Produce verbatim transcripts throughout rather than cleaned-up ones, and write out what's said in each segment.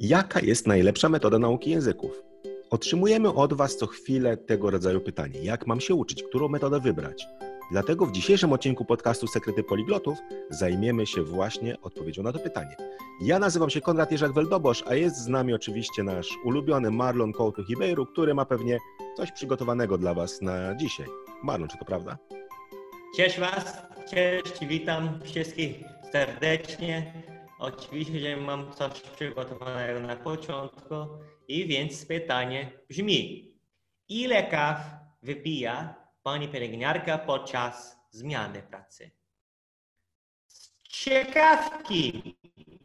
Jaka jest najlepsza metoda nauki języków? Otrzymujemy od Was co chwilę tego rodzaju pytanie. Jak mam się uczyć? Którą metodę wybrać? Dlatego w dzisiejszym odcinku podcastu Sekrety Poliglotów zajmiemy się właśnie odpowiedzią na to pytanie. Ja nazywam się Konrad Jerzak-Weldobosz, a jest z nami oczywiście nasz ulubiony Marlon Couto-Ribeiro, który ma pewnie coś przygotowanego dla Was na dzisiaj. Marlon, czy to prawda? Cześć Was, cześć, witam wszystkich serdecznie. Oczywiście, że mam coś przygotowanego na początku i więc pytanie brzmi: ile kaw wypija pani pielęgniarka podczas zmiany pracy? Ciekawki!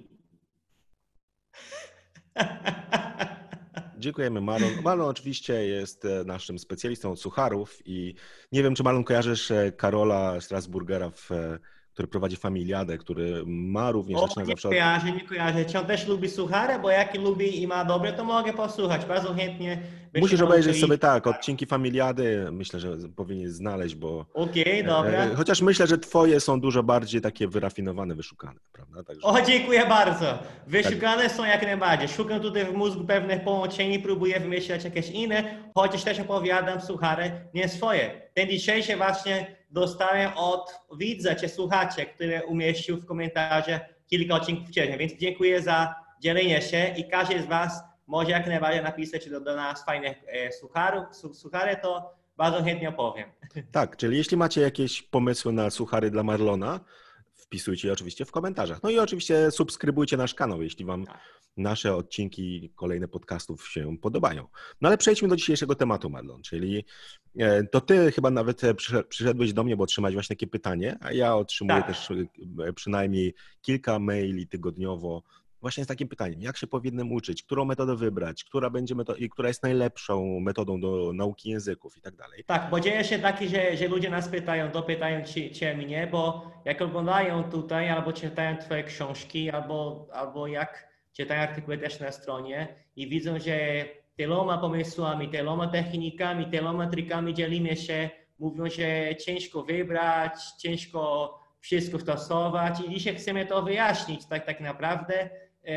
Dziękujemy, Marlon. Marlon oczywiście jest naszym specjalistą od sucharów i nie wiem, czy Marlon kojarzysz Karola Strasburgera, w, który prowadzi Familiadę, który ma również... O, zaczyna nie zawsze... kojarzę, nie kojarzę. Czy on też lubi suchary? Bo jak lubi i ma dobre, to mogę posłuchać. Bardzo chętnie. Musisz obejrzeć sobie tak, odcinki Familiady, myślę, że powinien znaleźć, bo... Okej, okay, dobra. Chociaż myślę, że twoje są dużo bardziej takie wyrafinowane, wyszukane, prawda? Także... O, dziękuję bardzo. Wyszukane tak. Są jak najbardziej. Szukam tutaj w mózgu pewnych połączeń i próbuję wymyślać jakieś inne, chociaż też opowiadam suchary nie swoje. Ten dzisiejszy właśnie dostałem od widza czy słuchacza, który umieścił w komentarzach kilka odcinków wcześniej, więc dziękuję za dzielenie się i każdy z Was może jak najbardziej napisać do, do nas fajnych e, sucharów, su, suchary, to bardzo chętnie opowiem. Tak, czyli jeśli macie jakieś pomysły na suchary dla Marlona, wpisujcie je oczywiście w komentarzach. No i oczywiście subskrybujcie nasz kanał, jeśli Wam tak. nasze odcinki, kolejne podcastów się podobają. No ale przejdźmy do dzisiejszego tematu, Marlon, czyli to Ty chyba nawet przyszedłeś do mnie, bo otrzymałeś właśnie takie pytanie, a ja otrzymuję tak. też przynajmniej kilka maili tygodniowo właśnie z takim pytaniem, jak się powinienem uczyć, którą metodę wybrać, która będzie metodą, która jest najlepszą metodą do nauki języków i tak dalej. Tak, bo dzieje się takie, że, że ludzie nas pytają, dopytają ci, cię mnie, bo jak oglądają tutaj, albo czytają Twoje książki, albo, albo jak czytają artykuły też na stronie i widzą, że tyloma pomysłami, tyloma technikami, tyloma trikami dzielimy się, mówią, że ciężko wybrać, ciężko wszystko stosować i dzisiaj chcemy to wyjaśnić tak, tak naprawdę,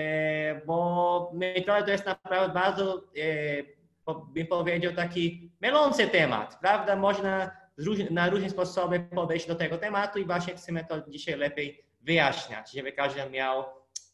bo metoda to jest naprawdę bardzo, bym powiedział, taki mylący temat, prawda? Można na różne sposoby podejść do tego tematu i właśnie chcemy to dzisiaj lepiej wyjaśniać, żeby każdy miał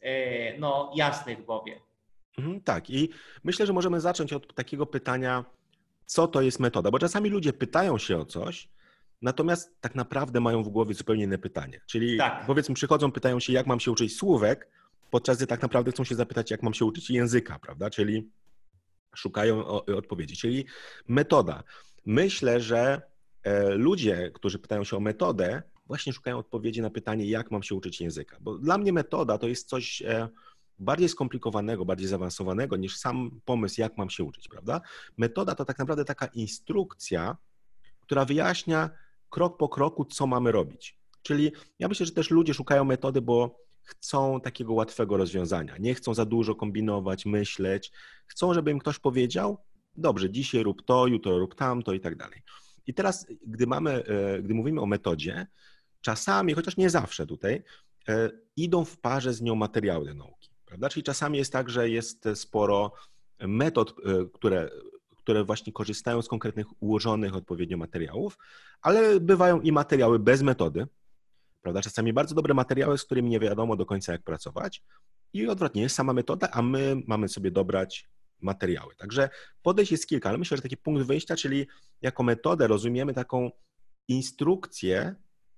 no, jasny w głowie. Mhm, tak, i myślę, że możemy zacząć od takiego pytania, co to jest metoda, bo czasami ludzie pytają się o coś, natomiast tak naprawdę mają w głowie zupełnie inne pytanie. Czyli tak. powiedzmy przychodzą, pytają się, jak mam się uczyć słówek, podczas gdy tak naprawdę chcą się zapytać, jak mam się uczyć języka, prawda? Czyli szukają odpowiedzi. Czyli metoda. Myślę, że ludzie, którzy pytają się o metodę, właśnie szukają odpowiedzi na pytanie, jak mam się uczyć języka. Bo dla mnie metoda to jest coś bardziej skomplikowanego, bardziej zaawansowanego niż sam pomysł, jak mam się uczyć, prawda? Metoda to tak naprawdę taka instrukcja, która wyjaśnia krok po kroku, co mamy robić. Czyli ja myślę, że też ludzie szukają metody, bo chcą takiego łatwego rozwiązania. Nie chcą za dużo kombinować, myśleć. Chcą, żeby im ktoś powiedział, dobrze, dzisiaj rób to, jutro rób tamto i tak dalej. I teraz, gdy mamy, gdy mówimy o metodzie, czasami, chociaż nie zawsze tutaj, idą w parze z nią materiały do nauki, prawda? Czyli czasami jest tak, że jest sporo metod, które które właśnie korzystają z konkretnych ułożonych odpowiednio materiałów, ale bywają i materiały bez metody, prawda? Czasami bardzo dobre materiały, z którymi nie wiadomo do końca, jak pracować i odwrotnie, jest sama metoda, a my mamy sobie dobrać materiały. Także podejść jest kilka, ale myślę, że taki punkt wyjścia, czyli jako metodę rozumiemy taką instrukcję,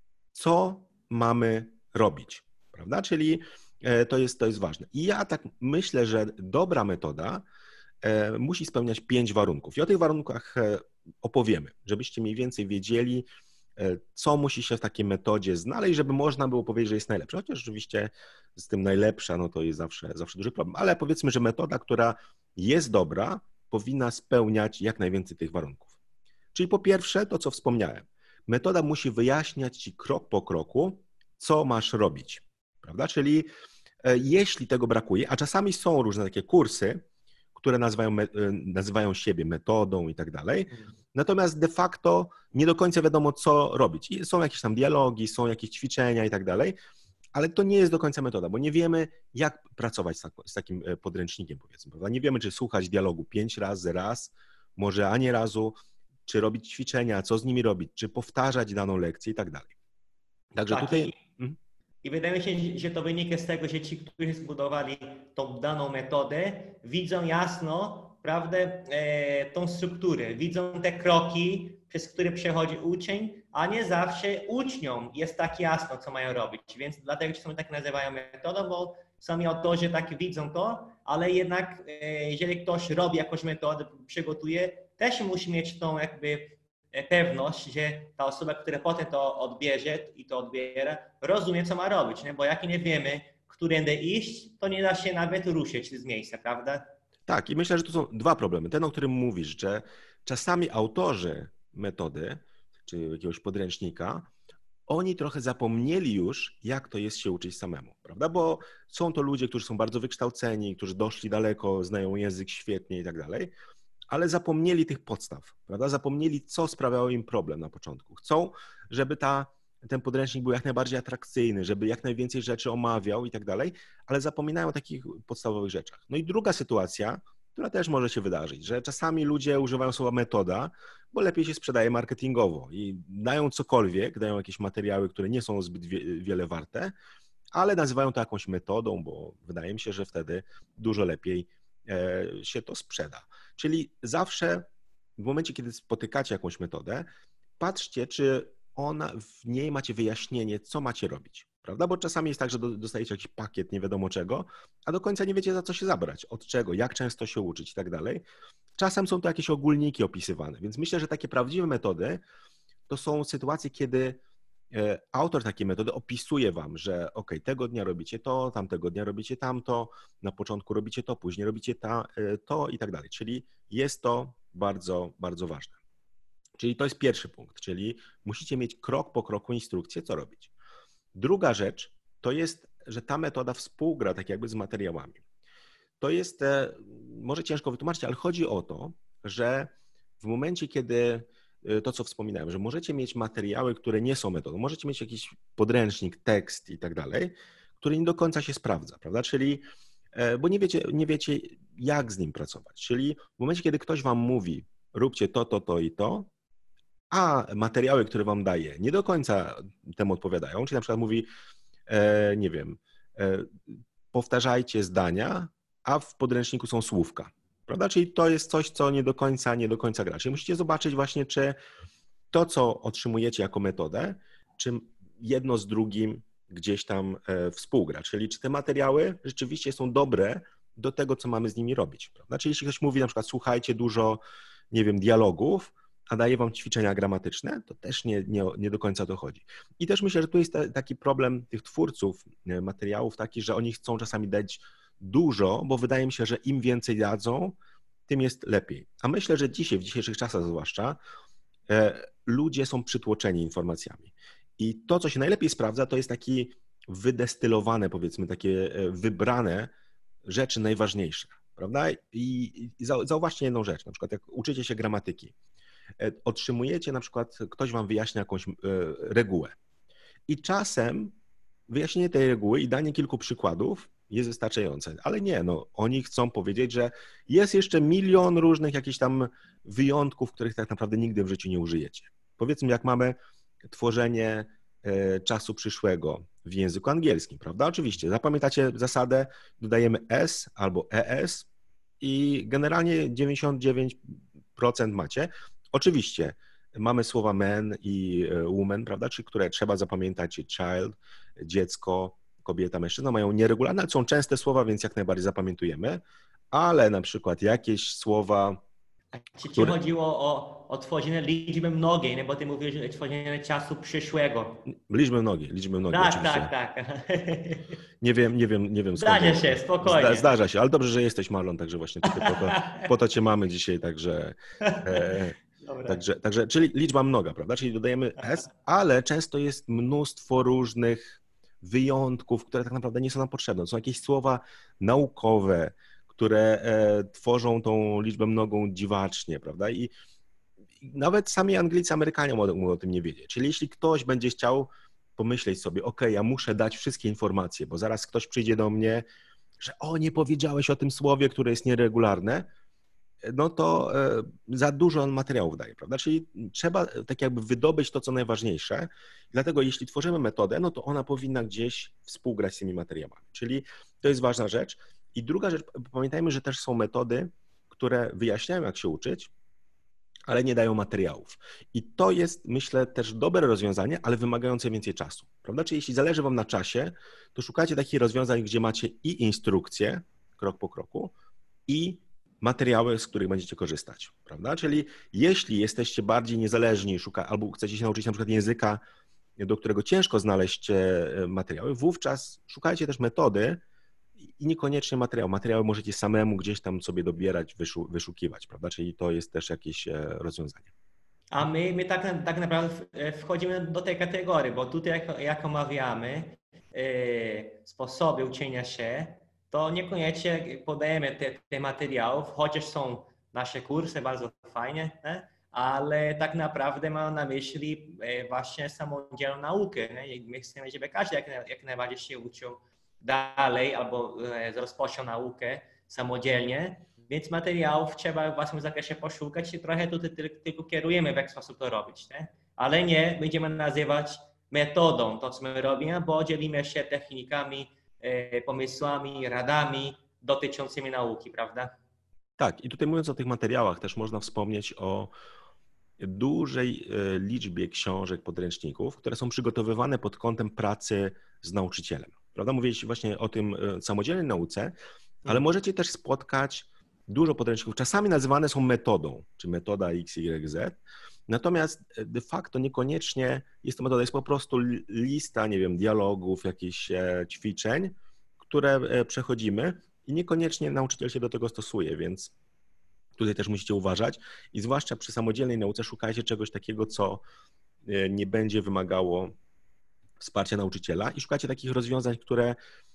co mamy robić, prawda? Czyli to jest, to jest ważne. I ja tak myślę, że dobra metoda musi spełniać pięć warunków. I o tych warunkach opowiemy, żebyście mniej więcej wiedzieli, co musi się w takiej metodzie znaleźć, żeby można było powiedzieć, że jest najlepsza. Chociaż oczywiście z tym najlepsza, no to jest zawsze, zawsze duży problem. Ale powiedzmy, że metoda, która jest dobra, powinna spełniać jak najwięcej tych warunków. Czyli po pierwsze, to co wspomniałem, metoda musi wyjaśniać ci krok po kroku, co masz robić, prawda? Czyli jeśli tego brakuje, a czasami są różne takie kursy, które nazywają, nazywają siebie metodą i tak dalej. Natomiast de facto nie do końca wiadomo, co robić. I są jakieś tam dialogi, są jakieś ćwiczenia i tak dalej, Ale to nie jest do końca metoda, bo nie wiemy, jak pracować z, tak, z takim podręcznikiem, powiedzmy, prawda? Nie wiemy, czy słuchać dialogu pięć razy, raz, może ani razu, czy robić ćwiczenia, co z nimi robić, czy powtarzać daną lekcję i tak dalej. Także tak, tutaj... I, mhm. I wydaje mi się, że to wynika z tego, że ci, którzy zbudowali tą daną metodę, widzą jasno, prawda, e, tą strukturę, widzą te kroki, przez które przechodzi uczeń, a nie zawsze uczniom jest tak jasno, co mają robić. Więc dlatego czasami tak nazywają metodą, bo sami autorzy tak widzą to, ale jednak e, jeżeli ktoś robi jakąś metodę, przygotuje, też musi mieć tą jakby pewność, że ta osoba, która potem to odbierze i to odbiera, rozumie, co ma robić, nie? Bo jak nie wiemy, którędy iść, to nie da się nawet ruszyć z miejsca, prawda? Tak, i myślę, że tu są dwa problemy. Ten, o którym mówisz, że czasami autorzy metody, czy jakiegoś podręcznika, oni trochę zapomnieli już, jak to jest się uczyć samemu, prawda? Bo są to ludzie, którzy są bardzo wykształceni, którzy doszli daleko, znają język świetnie i tak dalej, ale zapomnieli tych podstaw, prawda? Zapomnieli, co sprawiało im problem na początku. Chcą, żeby ta, ten podręcznik był jak najbardziej atrakcyjny, żeby jak najwięcej rzeczy omawiał i tak dalej, ale zapominają o takich podstawowych rzeczach. No i druga sytuacja, która też może się wydarzyć, że czasami ludzie używają słowa metoda, bo lepiej się sprzedaje marketingowo i dają cokolwiek, dają jakieś materiały, które nie są zbyt wie, wiele warte, ale nazywają to jakąś metodą, bo wydaje mi się, że wtedy dużo lepiej e, się to sprzeda. Czyli zawsze w momencie, kiedy spotykacie jakąś metodę, patrzcie, czy ona, w niej macie wyjaśnienie, co macie robić, prawda? Bo czasami jest tak, że dostajecie jakiś pakiet nie wiadomo czego, a do końca nie wiecie, za co się zabrać, od czego, jak często się uczyć i tak dalej. Czasem są to jakieś ogólniki opisywane, więc myślę, że takie prawdziwe metody to są sytuacje, kiedy autor takiej metody opisuje wam, że ok, tego dnia robicie to, tamtego dnia robicie tamto, na początku robicie to, później robicie ta, to i tak dalej. Czyli jest to bardzo, bardzo ważne. Czyli to jest pierwszy punkt, czyli musicie mieć krok po kroku instrukcję, co robić. Druga rzecz to jest, że ta metoda współgra tak jakby z materiałami. To jest, może ciężko wytłumaczyć, ale chodzi o to, że w momencie, kiedy to, co wspominałem, że możecie mieć materiały, które nie są metodą, możecie mieć jakiś podręcznik, tekst i tak dalej, który nie do końca się sprawdza, prawda? Czyli, bo nie wiecie, nie wiecie, jak z nim pracować. Czyli w momencie, kiedy ktoś wam mówi, róbcie to, to, to i to, a materiały, które wam daje, nie do końca temu odpowiadają, czyli na przykład mówi, e, nie wiem, e, powtarzajcie zdania, a w podręczniku są słówka, prawda? Czyli to jest coś, co nie do końca, nie do końca gra. Czyli musicie zobaczyć właśnie, czy to, co otrzymujecie jako metodę, czy jedno z drugim gdzieś tam e, współgra, czyli czy te materiały rzeczywiście są dobre do tego, co mamy z nimi robić, prawda? Czyli jeśli ktoś mówi na przykład, słuchajcie dużo, nie wiem, dialogów, a daje wam ćwiczenia gramatyczne, to też nie, nie, nie do końca o to chodzi. I też myślę, że tu jest taki problem tych twórców materiałów taki, że oni chcą czasami dać dużo, bo wydaje mi się, że im więcej dadzą, tym jest lepiej. A myślę, że dzisiaj, w dzisiejszych czasach zwłaszcza, ludzie są przytłoczeni informacjami. I to, co się najlepiej sprawdza, to jest taki wydestylowane, powiedzmy, takie wybrane rzeczy najważniejsze, prawda? I, i zauważcie jedną rzecz, na przykład jak uczycie się gramatyki, otrzymujecie na przykład, ktoś wam wyjaśnia jakąś regułę i czasem wyjaśnienie tej reguły i danie kilku przykładów jest wystarczające, ale nie, no oni chcą powiedzieć, że jest jeszcze milion różnych jakichś tam wyjątków, których tak naprawdę nigdy w życiu nie użyjecie. Powiedzmy, jak mamy tworzenie czasu przyszłego w języku angielskim, prawda? Oczywiście, zapamiętacie zasadę, dodajemy s albo es i generalnie dziewięćdziesiąt dziewięć procent macie. Oczywiście mamy słowa man i woman, prawda, czy które trzeba zapamiętać, child, dziecko, kobieta, mężczyzna, mają nieregularne, ale są częste słowa, więc jak najbardziej zapamiętujemy, ale na przykład jakieś słowa... Czy ci które... chodziło o, o tworzenie liczby mnogiej, nie? Bo ty mówisz o tworzeniu czasu przyszłego. Liczby mnogiej, liczby mnogiej tak, oczywiście. Tak, tak, Nie wiem, nie wiem, nie wiem. Zdarza się, spokojnie. Zda, zdarza się, ale dobrze, że jesteś, Marlon, także właśnie tutaj po to, po to cię mamy dzisiaj, także... E, Także, także, czyli liczba mnoga, prawda? Czyli dodajemy s, ale często jest mnóstwo różnych wyjątków, które tak naprawdę nie są nam potrzebne. Są jakieś słowa naukowe, które e, tworzą tą liczbę mnogą dziwacznie, prawda? I, i nawet sami Anglicy, Amerykanie mogą o tym nie wiedzieć. Czyli jeśli ktoś będzie chciał pomyśleć sobie, ok, ja muszę dać wszystkie informacje, bo zaraz ktoś przyjdzie do mnie, że o, nie powiedziałeś o tym słowie, które jest nieregularne, no to za dużo on materiałów daje, prawda? Czyli trzeba tak jakby wydobyć to, co najważniejsze. Dlatego jeśli tworzymy metodę, no to ona powinna gdzieś współgrać z tymi materiałami. Czyli to jest ważna rzecz. I druga rzecz, pamiętajmy, że też są metody, które wyjaśniają, jak się uczyć, ale nie dają materiałów. I to jest, myślę, też dobre rozwiązanie, ale wymagające więcej czasu, prawda? Czyli jeśli zależy wam na czasie, to szukajcie takich rozwiązań, gdzie macie i instrukcje, krok po kroku, i materiały, z których będziecie korzystać, prawda? Czyli jeśli jesteście bardziej niezależni, szuka, albo chcecie się nauczyć na przykład języka, do którego ciężko znaleźć materiały, wówczas szukajcie też metody i niekoniecznie materiał. Materiały możecie samemu gdzieś tam sobie dobierać, wyszu, wyszukiwać, prawda? Czyli to jest też jakieś rozwiązanie. A my, my tak, tak naprawdę wchodzimy do tej kategorii, bo tutaj jak, jak omawiamy e, sposoby uczenia się, to niekoniecznie podajemy te, te materiałów, chociaż są nasze kursy bardzo fajnie, nie? Ale tak naprawdę mam na myśli właśnie samodzielną naukę. Nie? My chcemy, żeby każdy jak, jak najbardziej się uczył dalej albo rozpoczął naukę samodzielnie, więc materiałów trzeba w własnym zakresie poszukać i trochę tutaj tylko kierujemy, w jaki sposób to robić. Nie? Ale nie będziemy nazywać metodą to, co my robimy, bo dzielimy się technikami, pomysłami, radami dotyczącymi nauki, prawda? Tak, i tutaj mówiąc o tych materiałach, też można wspomnieć o dużej liczbie książek, podręczników, które są przygotowywane pod kątem pracy z nauczycielem. Prawda? Mówiliście właśnie o tym samodzielnej nauce, ale hmm. możecie też spotkać dużo podręczników. Czasami nazywane są metodą, czy metoda X Y Z, natomiast de facto niekoniecznie jest to metoda, jest po prostu lista, nie wiem, dialogów, jakichś ćwiczeń, które przechodzimy i niekoniecznie nauczyciel się do tego stosuje, więc tutaj też musicie uważać i zwłaszcza przy samodzielnej nauce szukajcie czegoś takiego, co nie będzie wymagało wsparcia nauczyciela i szukajcie takich rozwiązań, które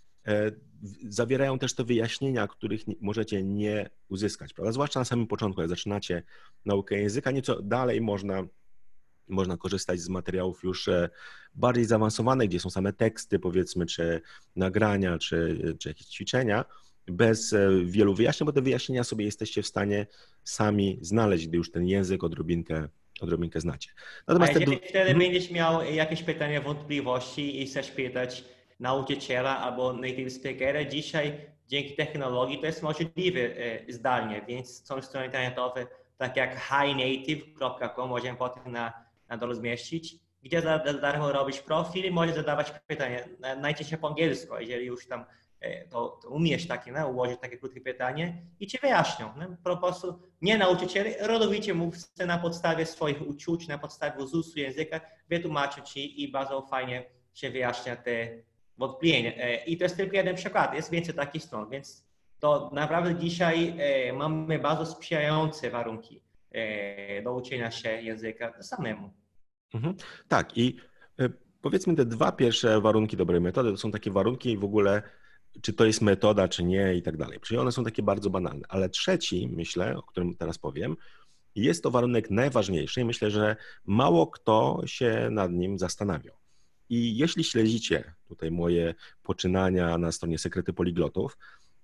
zawierają też te wyjaśnienia, których możecie nie uzyskać, prawda? Zwłaszcza na samym początku, jak zaczynacie naukę języka, nieco dalej można, można korzystać z materiałów już bardziej zaawansowanych, gdzie są same teksty, powiedzmy, czy nagrania, czy, czy jakieś ćwiczenia, bez wielu wyjaśnień, bo te wyjaśnienia sobie jesteście w stanie sami znaleźć, gdy już ten język odrobinkę, odrobinkę znacie. Natomiast A jeżeli te... wtedy hmm? będziesz miał jakieś pytania, wątpliwości i chcesz pytać nauczyciela albo native speakera, dzisiaj dzięki technologii to jest możliwe zdalnie, więc są strony internetowe tak jak hi native kropka com, możemy potem na, na dole zmieścić, gdzie za, za darmo robisz profil i możesz zadawać pytania, najczęściej po angielsku, jeżeli już tam to, to umiesz takie, no, ułożyć takie krótkie pytanie i ci wyjaśnią. No, po prostu nie nauczyciel, rodowicie mówcy na podstawie swoich uczuć, na podstawie zusu języka wytłumaczą ci i bardzo fajnie się wyjaśnia te wątpliwości. I to jest tylko jeden przykład, jest więcej takich stron, więc to naprawdę dzisiaj mamy bardzo sprzyjające warunki do uczenia się języka samemu. Mhm. Tak i powiedzmy te dwa pierwsze warunki dobrej metody to są takie warunki w ogóle, czy to jest metoda, czy nie i tak dalej. Czyli one są takie bardzo banalne. Ale trzeci, myślę, o którym teraz powiem, jest to warunek najważniejszy i myślę, że mało kto się nad nim zastanawiał. I jeśli śledzicie tutaj moje poczynania na stronie Sekrety Poliglotów,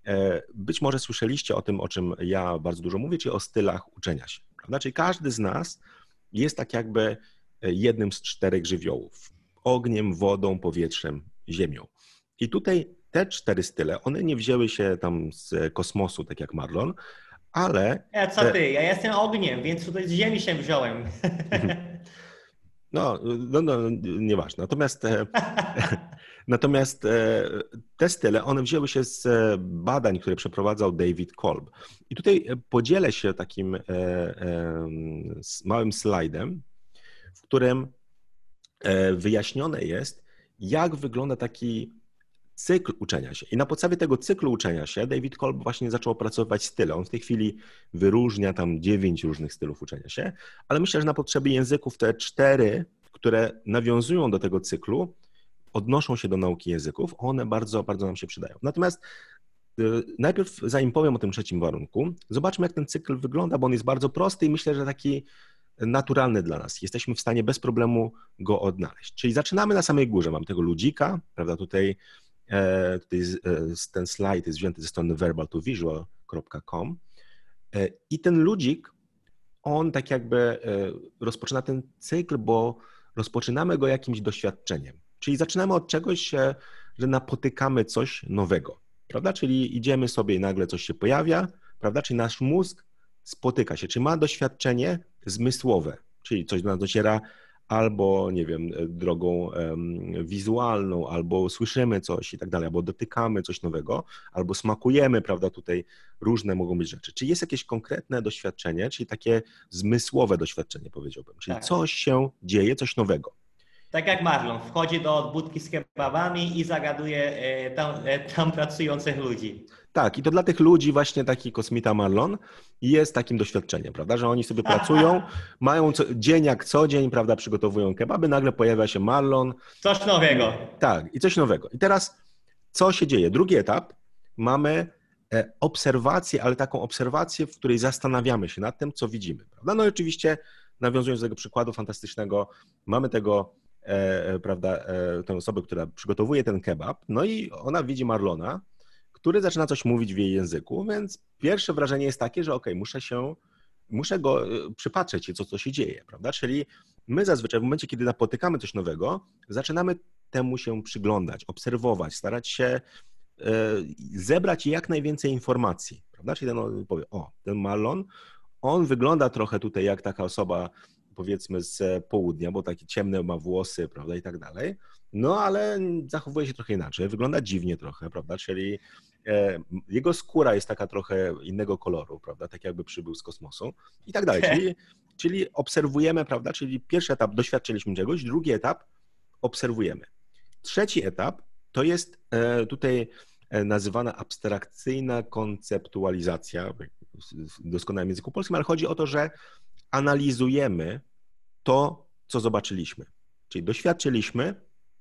być może słyszeliście o tym, o czym ja bardzo dużo mówię, czyli o stylach uczenia się. Prawda? Czyli każdy z nas jest tak jakby jednym z czterech żywiołów. Ogniem, wodą, powietrzem, ziemią. I tutaj te cztery style, one nie wzięły się tam z kosmosu, tak jak Marlon, ale... Ja co ty, ja jestem ogniem, więc tutaj z ziemi się wziąłem. No, no, no nieważne. Natomiast, natomiast te style, one wzięły się z badań, które przeprowadzał David Kolb. I tutaj podzielę się takim małym slajdem, w którym wyjaśnione jest, jak wygląda taki cykl uczenia się. I na podstawie tego cyklu uczenia się David Kolb właśnie zaczął opracowywać style. On w tej chwili wyróżnia tam dziewięć różnych stylów uczenia się, ale myślę, że na potrzeby języków te cztery, które nawiązują do tego cyklu, odnoszą się do nauki języków, one bardzo, bardzo nam się przydają. Natomiast najpierw, zanim powiem o tym trzecim warunku, zobaczmy, jak ten cykl wygląda, bo on jest bardzo prosty i myślę, że taki naturalny dla nas. Jesteśmy w stanie bez problemu go odnaleźć. Czyli zaczynamy na samej górze. Mam tego ludzika, prawda, tutaj, e, tutaj z, ten slajd jest wzięty ze strony verbal to visual kropka com e, i ten ludzik, on tak jakby e, rozpoczyna ten cykl, bo rozpoczynamy go jakimś doświadczeniem. Czyli zaczynamy od czegoś, e, że napotykamy coś nowego, prawda, czyli idziemy sobie i nagle coś się pojawia, prawda, czyli nasz mózg spotyka się, czy ma doświadczenie zmysłowe, czyli coś do nas dociera albo, nie wiem, drogą um, wizualną, albo słyszymy coś i tak dalej, albo dotykamy coś nowego, albo smakujemy, prawda, tutaj różne mogą być rzeczy. Czy jest jakieś konkretne doświadczenie, czyli takie zmysłowe doświadczenie, powiedziałbym, czyli tak. Coś się dzieje, coś nowego. Tak jak Marlon, wchodzi do budki z kebabami i zagaduje tam, tam pracujących ludzi. Tak, i to dla tych ludzi właśnie taki kosmita Marlon jest takim doświadczeniem, prawda, że oni sobie pracują, mają co, dzień jak co dzień, prawda, przygotowują kebaby, nagle pojawia się Marlon. Coś nowego. I, tak, i coś nowego. I teraz co się dzieje? Drugi etap, mamy obserwację, ale taką obserwację, w której zastanawiamy się nad tym, co widzimy, prawda. No i oczywiście, nawiązując do tego przykładu fantastycznego, mamy tego, e, prawda, e, tę osobę, która przygotowuje ten kebab, no i ona widzi Marlona, który zaczyna coś mówić w jej języku, więc pierwsze wrażenie jest takie, że okej, okay, muszę się, muszę go przypatrzeć się, co, co się dzieje, prawda? Czyli my zazwyczaj w momencie, kiedy napotykamy coś nowego, zaczynamy temu się przyglądać, obserwować, starać się e, zebrać jak najwięcej informacji, prawda? Czyli ten powie, o, ten Marlon, on wygląda trochę tutaj jak taka osoba, powiedzmy z południa, bo takie ciemne ma włosy, prawda, i tak dalej, no ale zachowuje się trochę inaczej, wygląda dziwnie trochę, prawda, czyli e, jego skóra jest taka trochę innego koloru, prawda, tak jakby przybył z kosmosu i tak dalej, czyli, czyli obserwujemy, prawda, czyli pierwszy etap doświadczyliśmy czegoś, drugi etap obserwujemy. Trzeci etap to jest e, tutaj nazywana abstrakcyjna konceptualizacja w doskonałym języku polskim, ale chodzi o to, że analizujemy to, co zobaczyliśmy. Czyli doświadczyliśmy,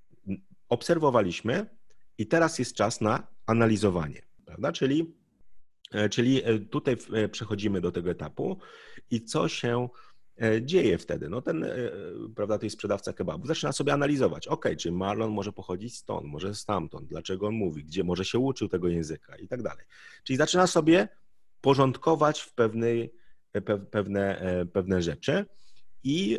obserwowaliśmy i teraz jest czas na analizowanie, prawda? Czyli, czyli tutaj przechodzimy do tego etapu i co się dzieje wtedy? No ten, prawda, to jest sprzedawca kebabu, zaczyna sobie analizować, ok, czy Marlon może pochodzić stąd, może stamtąd, dlaczego on mówi, gdzie może się uczył tego języka i tak dalej. Czyli zaczyna sobie porządkować w pewnej pewne, pewne rzeczy i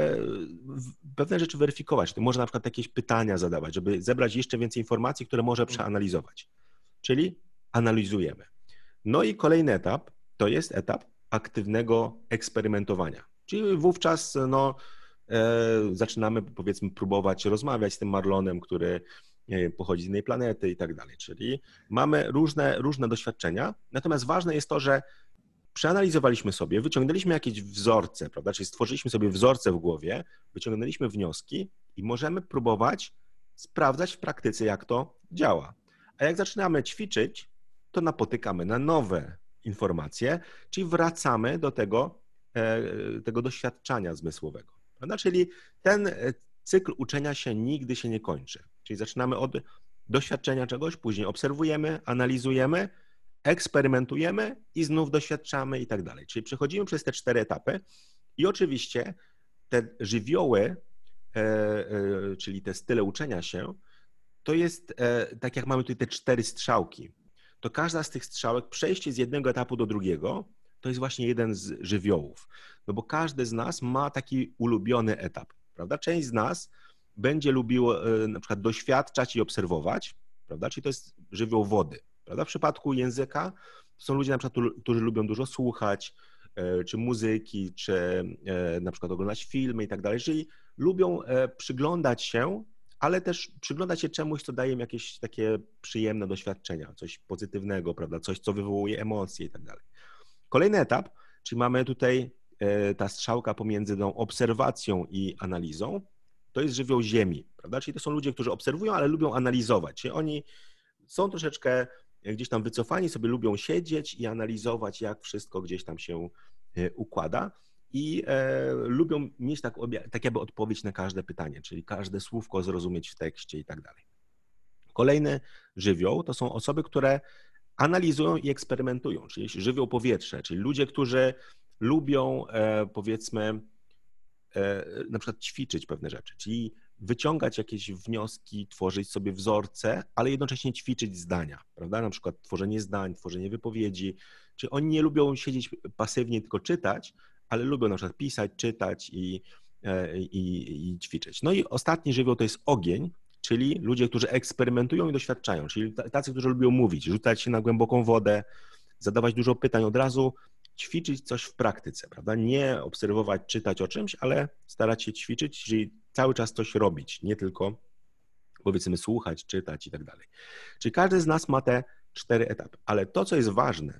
pewne rzeczy weryfikować. Może na przykład jakieś pytania zadawać, żeby zebrać jeszcze więcej informacji, które może przeanalizować. Czyli analizujemy. No i kolejny etap to jest etap aktywnego eksperymentowania. Czyli wówczas no, zaczynamy, powiedzmy, próbować rozmawiać z tym Marlonem, który pochodzi z innej planety i tak dalej. Czyli mamy różne, różne doświadczenia. Natomiast ważne jest to, że przeanalizowaliśmy sobie, wyciągnęliśmy jakieś wzorce, prawda? Czyli stworzyliśmy sobie wzorce w głowie, wyciągnęliśmy wnioski i możemy próbować sprawdzać w praktyce, jak to działa. A jak zaczynamy ćwiczyć, to napotykamy na nowe informacje, czyli wracamy do tego, tego doświadczenia zmysłowego, prawda? Czyli ten cykl uczenia się nigdy się nie kończy. Czyli zaczynamy od doświadczenia czegoś, później obserwujemy, analizujemy, eksperymentujemy i znów doświadczamy i tak dalej. Czyli przechodzimy przez te cztery etapy i oczywiście te żywioły, e, e, czyli te style uczenia się, to jest e, tak jak mamy tutaj te cztery strzałki, to każda z tych strzałek, przejście z jednego etapu do drugiego, to jest właśnie jeden z żywiołów. No bo każdy z nas ma taki ulubiony etap, prawda? Część z nas będzie lubiło e, na przykład doświadczać i obserwować, prawda? Czyli to jest żywioł wody. Prawda? W przypadku języka to są ludzie na przykład, którzy lubią dużo słuchać, czy muzyki, czy na przykład oglądać filmy i tak dalej, czyli lubią przyglądać się, ale też przyglądać się czemuś, co daje im jakieś takie przyjemne doświadczenia, coś pozytywnego, prawda? Coś, co wywołuje emocje i tak dalej. Kolejny etap, czyli mamy tutaj ta strzałka pomiędzy tą obserwacją i analizą, to jest żywioł ziemi, prawda? Czyli to są ludzie, którzy obserwują, ale lubią analizować, czyli oni są troszeczkę gdzieś tam wycofani, sobie lubią siedzieć i analizować, jak wszystko gdzieś tam się układa i e, lubią mieć tak, tak jakby odpowiedź na każde pytanie, czyli każde słówko zrozumieć w tekście i tak dalej. Kolejny żywioł to są osoby, które analizują i eksperymentują, czyli żywioł powietrze, czyli ludzie, którzy lubią e, powiedzmy na przykład ćwiczyć pewne rzeczy, czyli wyciągać jakieś wnioski, tworzyć sobie wzorce, ale jednocześnie ćwiczyć zdania, prawda? Na przykład tworzenie zdań, tworzenie wypowiedzi. Czy oni nie lubią siedzieć pasywnie, tylko czytać, ale lubią na przykład pisać, czytać i, i, i ćwiczyć. No i ostatni żywioł to jest ogień, czyli ludzie, którzy eksperymentują i doświadczają, czyli tacy, którzy lubią mówić, rzucać się na głęboką wodę, zadawać dużo pytań od razu, ćwiczyć coś w praktyce, prawda? Nie obserwować, czytać o czymś, ale starać się ćwiczyć, czyli cały czas coś robić, nie tylko powiedzmy słuchać, czytać i tak dalej. Czyli każdy z nas ma te cztery etapy, ale to, co jest ważne,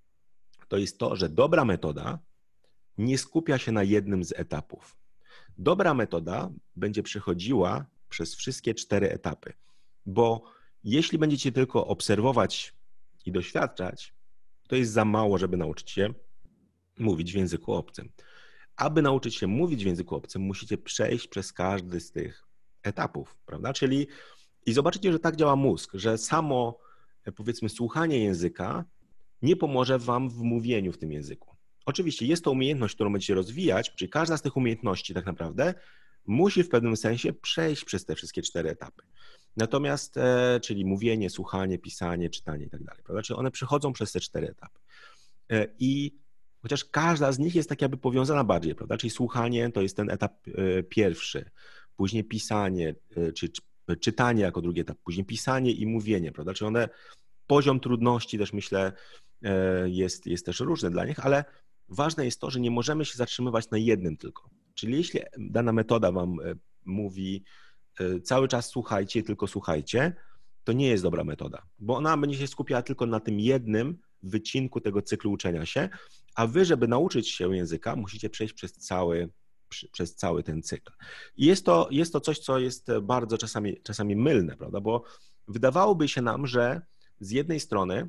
to jest to, że dobra metoda nie skupia się na jednym z etapów. Dobra metoda będzie przechodziła przez wszystkie cztery etapy, bo jeśli będziecie tylko obserwować i doświadczać, to jest za mało, żeby nauczyć się mówić w języku obcym. Aby nauczyć się mówić w języku obcym, musicie przejść przez każdy z tych etapów, prawda? Czyli i zobaczycie, że tak działa mózg, że samo, powiedzmy, słuchanie języka nie pomoże wam w mówieniu w tym języku. Oczywiście jest to umiejętność, którą będziecie rozwijać, czyli każda z tych umiejętności tak naprawdę musi w pewnym sensie przejść przez te wszystkie cztery etapy. Natomiast, e, czyli mówienie, słuchanie, pisanie, czytanie i tak dalej, prawda? Czyli one przechodzą przez te cztery etapy. E, I chociaż każda z nich jest tak jakby powiązana bardziej, prawda? Czyli słuchanie to jest ten etap e, pierwszy, później pisanie, e, czy, czy czytanie jako drugi etap, później pisanie i mówienie, prawda? Czyli one, poziom trudności też myślę e, jest, jest też różny dla nich, ale ważne jest to, że nie możemy się zatrzymywać na jednym tylko. Czyli jeśli dana metoda wam mówi cały czas słuchajcie, tylko słuchajcie, to nie jest dobra metoda, bo ona będzie się skupiała tylko na tym jednym wycinku tego cyklu uczenia się, a wy, żeby nauczyć się języka, musicie przejść przez cały, przez cały ten cykl. I jest to, jest to coś, co jest bardzo czasami, czasami mylne, prawda, bo wydawałoby się nam, że z jednej strony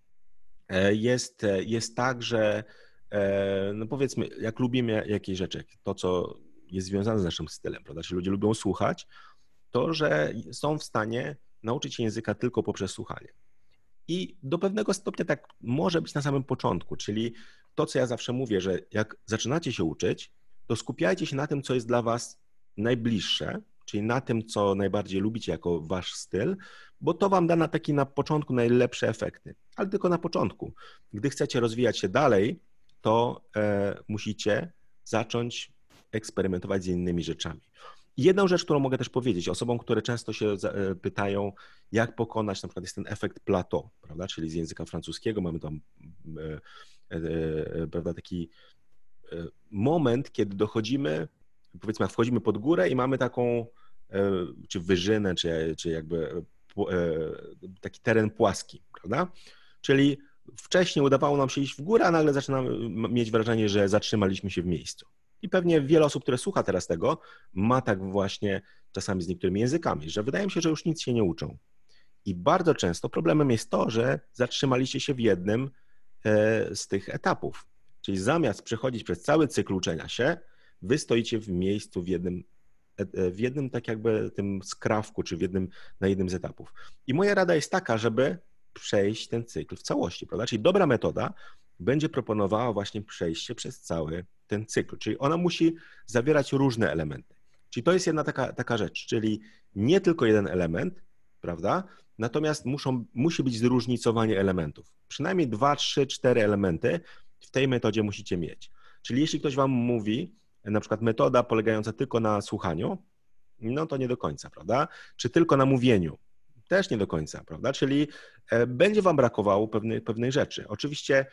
jest, jest tak, że no powiedzmy, jak lubimy jakieś rzeczy, to co jest związane z naszym stylem, prawda, czyli ludzie lubią słuchać, to, że są w stanie nauczyć się języka tylko poprzez słuchanie. I do pewnego stopnia tak może być na samym początku, czyli to, co ja zawsze mówię, że jak zaczynacie się uczyć, to skupiajcie się na tym, co jest dla was najbliższe, czyli na tym, co najbardziej lubicie jako wasz styl, bo to wam da na taki na początku najlepsze efekty, ale tylko na początku. Gdy chcecie rozwijać się dalej, to e, musicie zacząć eksperymentować z innymi rzeczami. I jedną rzecz, którą mogę też powiedzieć osobom, które często się pytają, jak pokonać, na przykład jest ten efekt plateau, prawda, czyli z języka francuskiego mamy tam e, e, prawda, taki moment, kiedy dochodzimy, powiedzmy, jak wchodzimy pod górę i mamy taką, e, czy wyżynę, czy, czy jakby e, taki teren płaski, prawda, czyli wcześniej udawało nam się iść w górę, a nagle zaczynamy mieć wrażenie, że zatrzymaliśmy się w miejscu. I pewnie wiele osób, które słucha teraz tego, ma tak właśnie czasami z niektórymi językami, że wydaje mi się, że już nic się nie uczą. I bardzo często problemem jest to, że zatrzymaliście się w jednym z tych etapów. Czyli zamiast przechodzić przez cały cykl uczenia się, wy stoicie w miejscu w jednym, w jednym tak jakby tym skrawku, czy w jednym, na jednym z etapów. I moja rada jest taka, żeby przejść ten cykl w całości, prawda? Czyli dobra metoda będzie proponowała właśnie przejście przez cały ten cykl, czyli ona musi zawierać różne elementy. Czyli to jest jedna taka, taka rzecz, czyli nie tylko jeden element, prawda? Natomiast muszą, musi być zróżnicowanie elementów. Przynajmniej dwa, trzy, cztery elementy w tej metodzie musicie mieć. Czyli jeśli ktoś wam mówi, na przykład metoda polegająca tylko na słuchaniu, no to nie do końca, prawda? Czy tylko na mówieniu? Też nie do końca, prawda? Czyli będzie wam brakowało pewnej, pewnej rzeczy. Oczywiście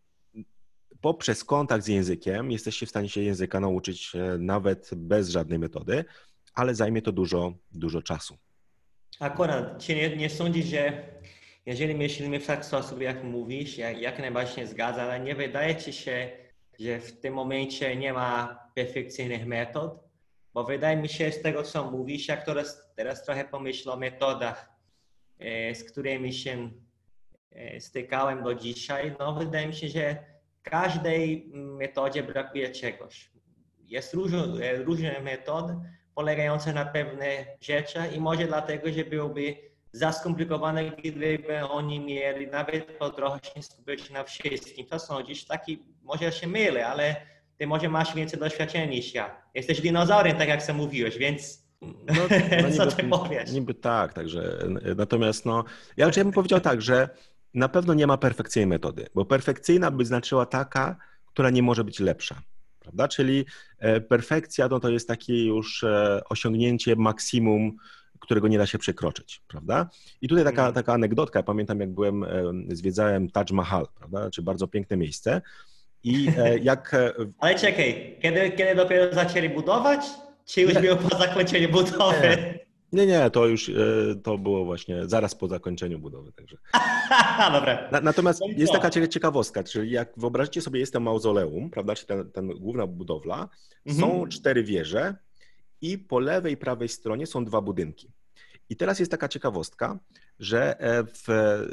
poprzez kontakt z językiem jesteście w stanie się języka nauczyć nawet bez żadnej metody, ale zajmie to dużo, dużo czasu. Akurat, czy nie, nie sądzisz, że jeżeli myślimy w taki sposób, jak mówisz, jak, jak najbardziej się zgadza, ale nie wydaje ci się, że w tym momencie nie ma perfekcyjnych metod? Bo wydaje mi się z tego, co mówisz, jak teraz, teraz trochę pomyślę o metodach, e, z którymi się e, stykałem do dzisiaj, no wydaje mi się, że każdej metodzie brakuje czegoś. Jest różno, różne metody polegające na pewne rzeczy i może dlatego, że byłoby za skomplikowane, gdyby oni mieli nawet po trochę się skupić na wszystkim. To sądzisz? Taki, może się mylę, ale ty może masz więcej doświadczenia niż ja. Jesteś dinozaurem, tak jak sam mówiłeś, więc no, no niby, co ty powiesz? Niby tak, także natomiast no, ja, ja bym powiedział tak, że na pewno nie ma perfekcyjnej metody, bo perfekcyjna by znaczyła taka, która nie może być lepsza, prawda? Czyli perfekcja no, to jest takie już osiągnięcie maksimum, którego nie da się przekroczyć, prawda? I tutaj taka, hmm. taka anegdotka, ja pamiętam jak byłem, zwiedzałem Taj Mahal, prawda? Znaczy bardzo piękne miejsce i jak... Ale czekaj, kiedy, kiedy dopiero zaczęli budować? Czy już było po zakończeniu budowy? Nie, nie, to już to było właśnie zaraz po zakończeniu budowy. Także. Dobra. Na, natomiast no jest taka ciekawostka, czyli jak wyobraźcie sobie, jest ten mauzoleum, prawda, czy ten, ten główna budowla, mhm. są cztery wieże i po lewej i prawej stronie są dwa budynki. I teraz jest taka ciekawostka, że w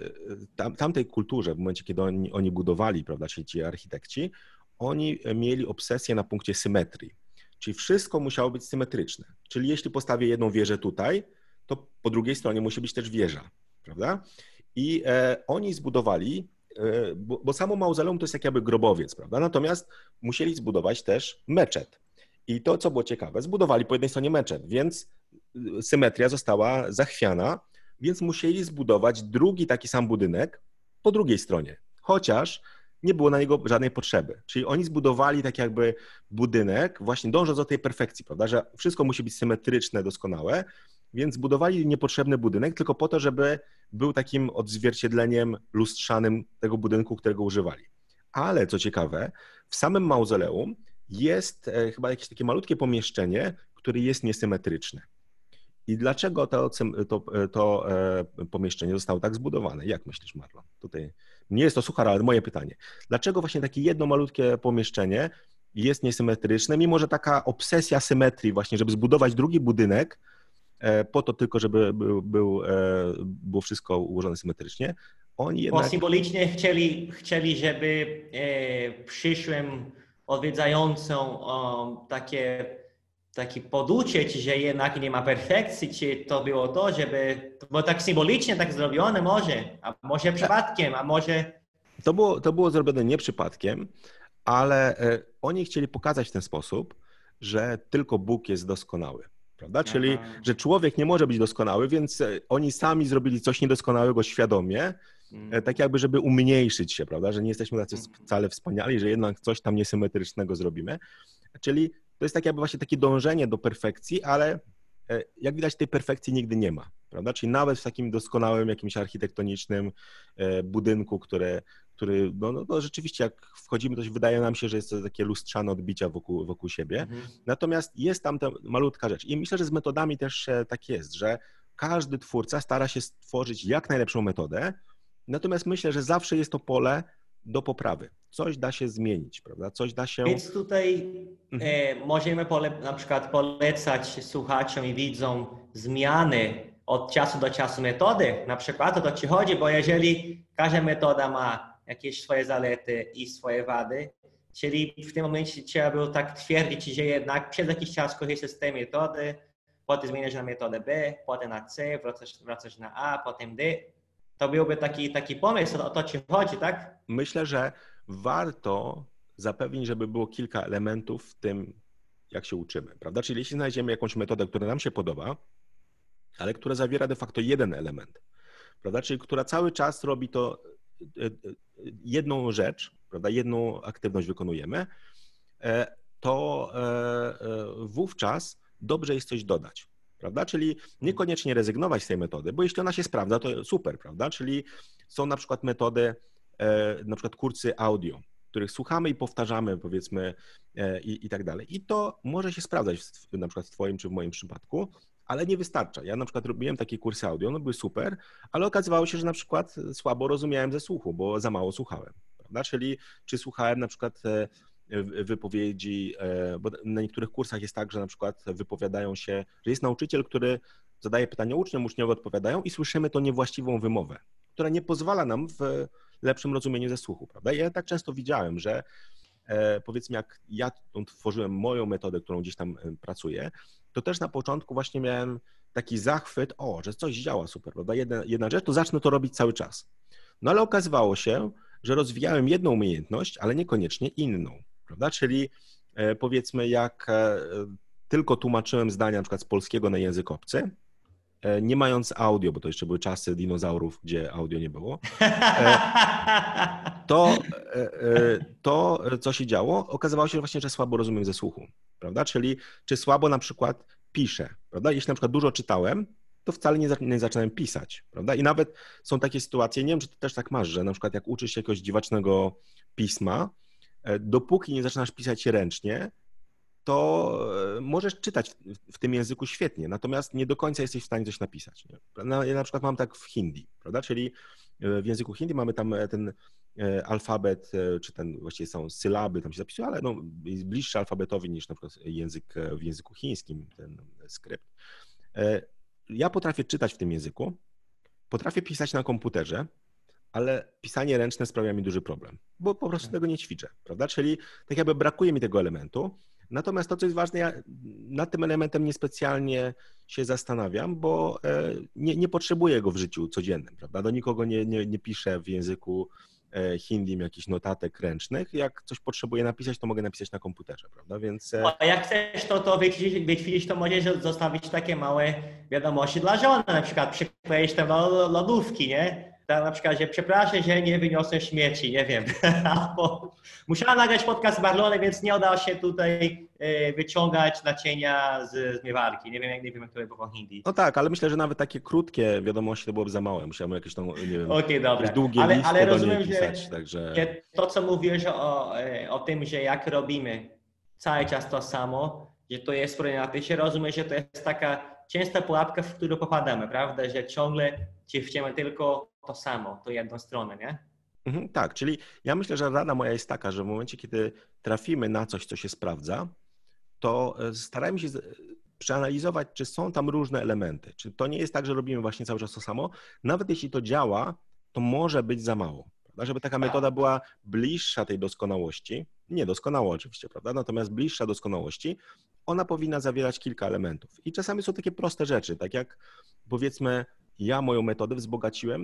tam, tamtej kulturze, w momencie, kiedy oni, oni budowali, prawda, czyli ci architekci, oni mieli obsesję na punkcie symetrii. Czyli wszystko musiało być symetryczne. Czyli jeśli postawię jedną wieżę tutaj, to po drugiej stronie musi być też wieża, prawda? I e, oni zbudowali, e, bo, bo samo mauzoleum to jest jak jakby grobowiec, prawda? Natomiast musieli zbudować też meczet. I to, co było ciekawe, zbudowali po jednej stronie meczet, więc symetria została zachwiana, więc musieli zbudować drugi taki sam budynek po drugiej stronie. Chociaż nie było na niego żadnej potrzeby. Czyli oni zbudowali tak jakby budynek, właśnie dążąc do tej perfekcji, prawda, że wszystko musi być symetryczne, doskonałe, więc zbudowali niepotrzebny budynek tylko po to, żeby był takim odzwierciedleniem lustrzanym tego budynku, którego używali. Ale co ciekawe, w samym mauzoleum jest chyba jakieś takie malutkie pomieszczenie, które jest niesymetryczne. I dlaczego to, to, to pomieszczenie zostało tak zbudowane? Jak myślisz, Marlon? Tutaj nie jest to suchar, ale moje pytanie. Dlaczego właśnie takie jedno malutkie pomieszczenie jest niesymetryczne, mimo że taka obsesja symetrii właśnie, żeby zbudować drugi budynek po to tylko, żeby był, był, było wszystko ułożone symetrycznie, oni jednak... Bo symbolicznie chcieli, chcieli żeby e, przyszłym odwiedzającym um, takie takie poducie, czy że jednak nie ma perfekcji, czy to było to, żeby, to było tak symbolicznie tak zrobione może, a może przypadkiem, a może... To było, to było zrobione nie przypadkiem, ale oni chcieli pokazać w ten sposób, że tylko Bóg jest doskonały, prawda? Aha. Czyli, że człowiek nie może być doskonały, więc oni sami zrobili coś niedoskonałego świadomie, hmm. tak jakby, żeby umniejszyć się, prawda? Że nie jesteśmy tacy wcale wspaniali, że jednak coś tam niesymetrycznego zrobimy. Czyli to jest tak jakby właśnie takie dążenie do perfekcji, ale jak widać tej perfekcji nigdy nie ma, prawda? Czyli nawet w takim doskonałym jakimś architektonicznym budynku, które, który no, no, no rzeczywiście jak wchodzimy, to wydaje nam się, że jest to takie lustrzane odbicia wokół, wokół siebie. Mhm. Natomiast jest tam ta malutka rzecz. I myślę, że z metodami też tak jest, że każdy twórca stara się stworzyć jak najlepszą metodę, natomiast myślę, że zawsze jest to pole do poprawy. Coś da się zmienić, prawda? Coś da się... Więc tutaj mhm. e, możemy pole, na przykład polecać słuchaczom i widzom zmiany od czasu do czasu metody. Na przykład o to ci chodzi, bo jeżeli każda metoda ma jakieś swoje zalety i swoje wady, czyli w tym momencie trzeba było tak twierdzić, że jednak przez jakiś czas korzystasz z tej metody, potem zmieniasz na metodę B, potem na C, wracasz, wracasz na A, potem D. To byłby taki, taki pomysł, o to ci chodzi, tak? Myślę, że warto zapewnić, żeby było kilka elementów w tym, jak się uczymy, prawda? Czyli jeśli znajdziemy jakąś metodę, która nam się podoba, ale która zawiera de facto jeden element, prawda? Czyli która cały czas robi to jedną rzecz, prawda? Jedną aktywność wykonujemy, to wówczas dobrze jest coś dodać. Prawda? Czyli niekoniecznie rezygnować z tej metody, bo jeśli ona się sprawdza, to super, prawda? Czyli są na przykład metody, na przykład kursy audio, których słuchamy i powtarzamy, powiedzmy, i, i tak dalej. I to może się sprawdzać w, na przykład w twoim czy w moim przypadku, ale nie wystarcza. Ja na przykład robiłem takie kursy audio, one były super, ale okazywało się, że na przykład słabo rozumiałem ze słuchu, bo za mało słuchałem, prawda? Czyli czy słuchałem na przykład wypowiedzi, bo na niektórych kursach jest tak, że na przykład wypowiadają się, że jest nauczyciel, który zadaje pytania uczniom, uczniowie odpowiadają i słyszymy tą niewłaściwą wymowę, która nie pozwala nam w lepszym rozumieniu ze słuchu, prawda? I ja tak często widziałem, że powiedzmy jak ja tworzyłem moją metodę, którą gdzieś tam pracuję, to też na początku właśnie miałem taki zachwyt, o, że coś działa super, prawda? Jedna, jedna rzecz, to zacznę to robić cały czas. No ale okazywało się, że rozwijałem jedną umiejętność, ale niekoniecznie inną. Prawda? Czyli powiedzmy, jak tylko tłumaczyłem zdania na przykład z polskiego na język obcy, nie mając audio, bo to jeszcze były czasy dinozaurów, gdzie audio nie było, to, to co się działo, okazywało się właśnie, że słabo rozumiem ze słuchu, prawda? Czyli czy słabo na przykład piszę, prawda? Jeśli na przykład dużo czytałem, to wcale nie, nie zaczynałem pisać, prawda? I nawet są takie sytuacje, nie wiem, czy ty też tak masz, że na przykład jak uczysz się jakiegoś dziwacznego pisma, dopóki nie zaczynasz pisać ręcznie, to możesz czytać w tym języku świetnie, natomiast nie do końca jesteś w stanie coś napisać. Nie? Ja na przykład mam tak w hindi, prawda? Czyli w języku hindi mamy tam ten alfabet, czy ten właściwie są sylaby, tam się zapisują, ale no, jest bliższy alfabetowi niż na przykład język w języku chińskim, ten skrypt. Ja potrafię czytać w tym języku, potrafię pisać na komputerze, ale pisanie ręczne sprawia mi duży problem, bo po prostu tego nie ćwiczę, prawda? Czyli tak jakby brakuje mi tego elementu. Natomiast to, co jest ważne, ja nad tym elementem niespecjalnie się zastanawiam, bo nie, nie potrzebuję go w życiu codziennym, prawda? Do nikogo nie, nie, nie piszę w języku hindim jakichś notatek ręcznych. Jak coś potrzebuję napisać, to mogę napisać na komputerze, prawda? Więc... A jak chcesz to, to wyćwiczyć, wyćwiczyć, to możesz zostawić takie małe wiadomości dla żony, na przykład przykleić tam do lodówki, nie? Tak, na przykład, że przepraszam, że nie wyniosłem śmieci, nie wiem. Albo musiałam nagrać podcast z Marlonem, więc nie udało się tutaj wyciągać naczynia z zmywarki. Nie wiem, jak nie wiem, jak to było po hindi. No tak, ale myślę, że nawet takie krótkie wiadomości to byłoby za małe. Musiałem jakieś tam, nie wiem, okay, jakieś długie ale, listy ale do rozumiem, niej pisać. Że, także... że to, co mówisz o, o tym, że jak robimy cały czas to samo, że to jest problematycznie, rozumiem, że to jest taka częsta pułapka, w którą popadamy, prawda? Że ciągle ćwiczymy tylko to samo, to jedną stronę, nie? Mhm, tak, czyli ja myślę, że rada moja jest taka, że w momencie, kiedy trafimy na coś, co się sprawdza, to starajmy się przeanalizować, czy są tam różne elementy. Czy to nie jest tak, że robimy właśnie cały czas to samo? Nawet jeśli to działa, to może być za mało. Prawda? Żeby taka metoda była bliższa tej doskonałości, nie doskonała oczywiście, prawda? Natomiast bliższa doskonałości, ona powinna zawierać kilka elementów. I czasami są takie proste rzeczy, tak jak powiedzmy, ja moją metodę wzbogaciłem,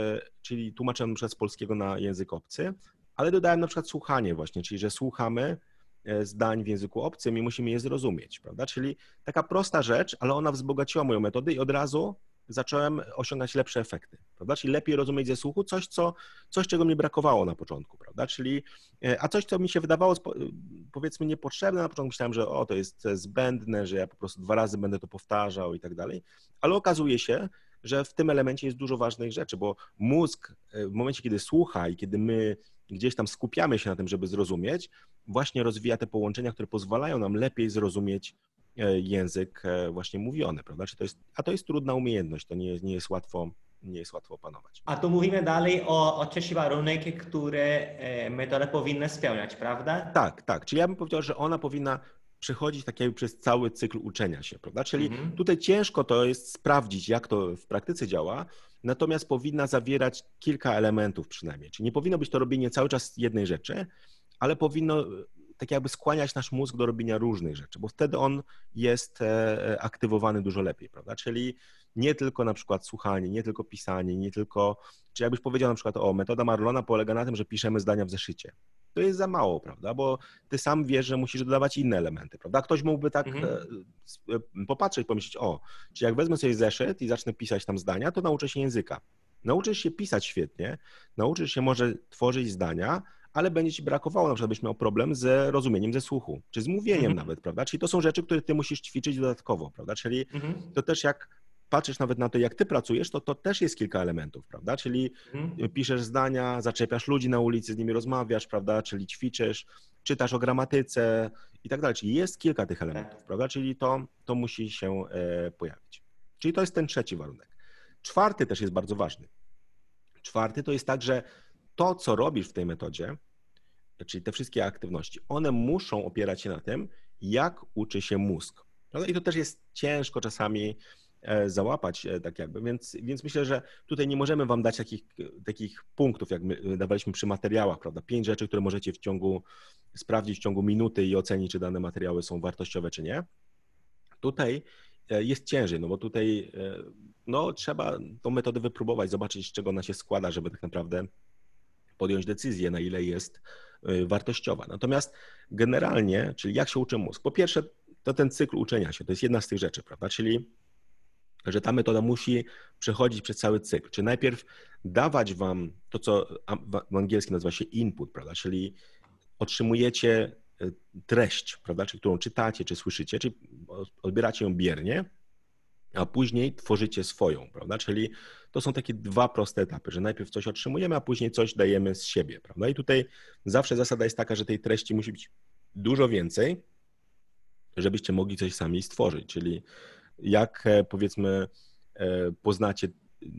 czyli tłumaczyłem przez polskiego na język obcy, ale dodałem na przykład słuchanie właśnie, czyli że słuchamy zdań w języku obcym i musimy je zrozumieć, prawda? Czyli taka prosta rzecz, ale ona wzbogaciła moją metodę i od razu zacząłem osiągać lepsze efekty, prawda? Czyli lepiej rozumieć ze słuchu coś, co, coś, czego mi brakowało na początku, prawda? Czyli, a coś, co mi się wydawało powiedzmy niepotrzebne, na początku myślałem, że o, to jest zbędne, że ja po prostu dwa razy będę to powtarzał i tak dalej, ale okazuje się, że w tym elemencie jest dużo ważnych rzeczy, bo mózg w momencie, kiedy słucha i kiedy my gdzieś tam skupiamy się na tym, żeby zrozumieć, właśnie rozwija te połączenia, które pozwalają nam lepiej zrozumieć język właśnie mówiony, prawda? Czy to jest, a to jest trudna umiejętność, to nie jest, nie jest łatwo, nie jest łatwo opanować. A tu mówimy dalej o, o trzeci warunek, które metoda powinna spełniać, prawda? Tak, tak. Czyli ja bym powiedział, że ona powinna przechodzić tak jakby przez cały cykl uczenia się, prawda? Czyli mhm. tutaj ciężko to jest sprawdzić, jak to w praktyce działa, natomiast powinna zawierać kilka elementów przynajmniej. Czyli nie powinno być to robienie cały czas jednej rzeczy, ale powinno tak jakby skłaniać nasz mózg do robienia różnych rzeczy, bo wtedy on jest aktywowany dużo lepiej, prawda? Czyli nie tylko na przykład słuchanie, nie tylko pisanie, nie tylko, czy jakbyś powiedział na przykład, o, metoda Marlona polega na tym, że piszemy zdania w zeszycie. To jest za mało, prawda? Bo ty sam wiesz, że musisz dodawać inne elementy, prawda? Ktoś mógłby tak mhm. popatrzeć, pomyśleć, o, czy jak wezmę sobie zeszyt i zacznę pisać tam zdania, to nauczę się języka. Nauczysz się pisać świetnie, nauczysz się może tworzyć zdania, ale będzie ci brakowało, na przykład byś miał problem z rozumieniem ze słuchu, czy z mówieniem mhm. nawet, prawda? Czyli to są rzeczy, które ty musisz ćwiczyć dodatkowo, prawda? Czyli mhm. to też jak patrzysz nawet na to, jak ty pracujesz, to to też jest kilka elementów, prawda? Czyli mhm. piszesz zdania, zaczepiasz ludzi na ulicy, z nimi rozmawiasz, prawda? Czyli ćwiczysz, czytasz o gramatyce i tak dalej. Czyli jest kilka tych elementów, prawda? Czyli to, to musi się e, pojawić. Czyli to jest ten trzeci warunek. Czwarty też jest bardzo ważny. Czwarty to jest tak, że to, co robisz w tej metodzie, czyli te wszystkie aktywności, one muszą opierać się na tym, jak uczy się mózg. Prawda? I to też jest ciężko czasami załapać tak jakby, więc, więc myślę, że tutaj nie możemy wam dać takich, takich punktów, jak my dawaliśmy przy materiałach, prawda? Pięć rzeczy, które możecie w ciągu, sprawdzić w ciągu minuty i ocenić, czy dane materiały są wartościowe, czy nie. Tutaj jest ciężej, no bo tutaj no, trzeba tą metodę wypróbować, zobaczyć, z czego ona się składa, żeby tak naprawdę podjąć decyzję, na ile jest wartościowa. Natomiast generalnie, czyli jak się uczy mózg? Po pierwsze, to ten cykl uczenia się, to jest jedna z tych rzeczy, prawda? Czyli że ta metoda musi przechodzić przez cały cykl. Czyli najpierw dawać wam to, co w angielskim nazywa się input, prawda? Czyli otrzymujecie treść, prawda? Czyli którą czytacie, czy słyszycie, czyli odbieracie ją biernie, a później tworzycie swoją, prawda? Czyli to są takie dwa proste etapy, że najpierw coś otrzymujemy, a później coś dajemy z siebie, prawda? I tutaj zawsze zasada jest taka, że tej treści musi być dużo więcej, żebyście mogli coś sami stworzyć, czyli jak powiedzmy poznacie,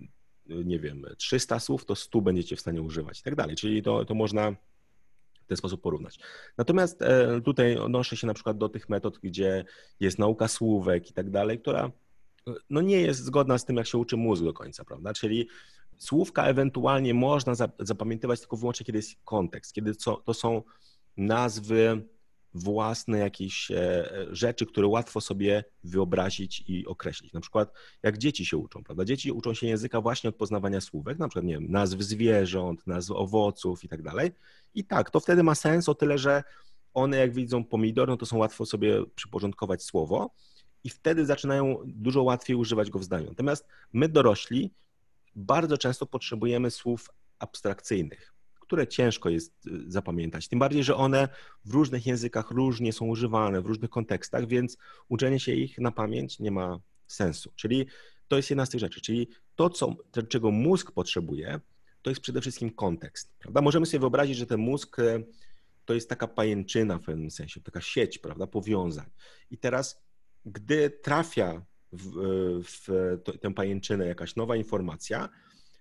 nie wiem, trzysta słów, to stu będziecie w stanie używać i tak dalej, czyli to, to można w ten sposób porównać. Natomiast tutaj odnoszę się na przykład do tych metod, gdzie jest nauka słówek i tak dalej, która no nie jest zgodna z tym, jak się uczy mózg do końca, prawda? Czyli słówka ewentualnie można zapamiętywać tylko wyłącznie, kiedy jest kontekst, kiedy to są nazwy własne jakieś rzeczy, które łatwo sobie wyobrazić i określić. Na przykład jak dzieci się uczą, prawda? Dzieci uczą się języka właśnie od poznawania słówek, na przykład, nie wiem, nazw zwierząt, nazw owoców i tak dalej. I tak, to wtedy ma sens o tyle, że one jak widzą pomidor, no to są łatwo sobie przyporządkować słowo i wtedy zaczynają dużo łatwiej używać go w zdaniu. Natomiast my dorośli bardzo często potrzebujemy słów abstrakcyjnych, które ciężko jest zapamiętać. Tym bardziej, że one w różnych językach różnie są używane, w różnych kontekstach, więc uczenie się ich na pamięć nie ma sensu. Czyli to jest jedna z tych rzeczy. Czyli to, co, to, czego mózg potrzebuje, to jest przede wszystkim kontekst. Prawda? Możemy sobie wyobrazić, że ten mózg to jest taka pajęczyna w pewnym sensie, taka sieć, prawda, powiązań. I teraz, gdy trafia w, w tę pajęczynę jakaś nowa informacja,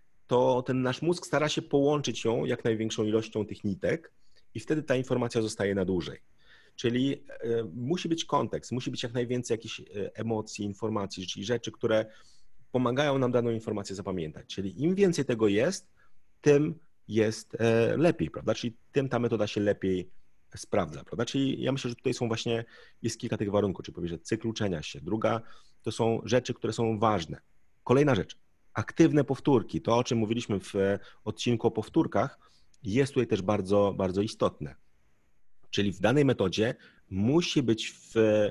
to ten nasz mózg stara się połączyć ją jak największą ilością tych nitek i wtedy ta informacja zostaje na dłużej. Czyli musi być kontekst, musi być jak najwięcej jakichś emocji, informacji, czyli rzeczy, które pomagają nam daną informację zapamiętać. Czyli im więcej tego jest, tym jest lepiej, prawda? Czyli tym ta metoda się lepiej sprawdza, prawda? Czyli ja myślę, że tutaj są właśnie, jest kilka tych warunków, czyli powiedzmy, że cykl uczenia się. Druga to są rzeczy, które są ważne. Kolejna rzecz. Aktywne powtórki, to o czym mówiliśmy w odcinku o powtórkach, jest tutaj też bardzo, bardzo istotne. Czyli w danej metodzie musi być w,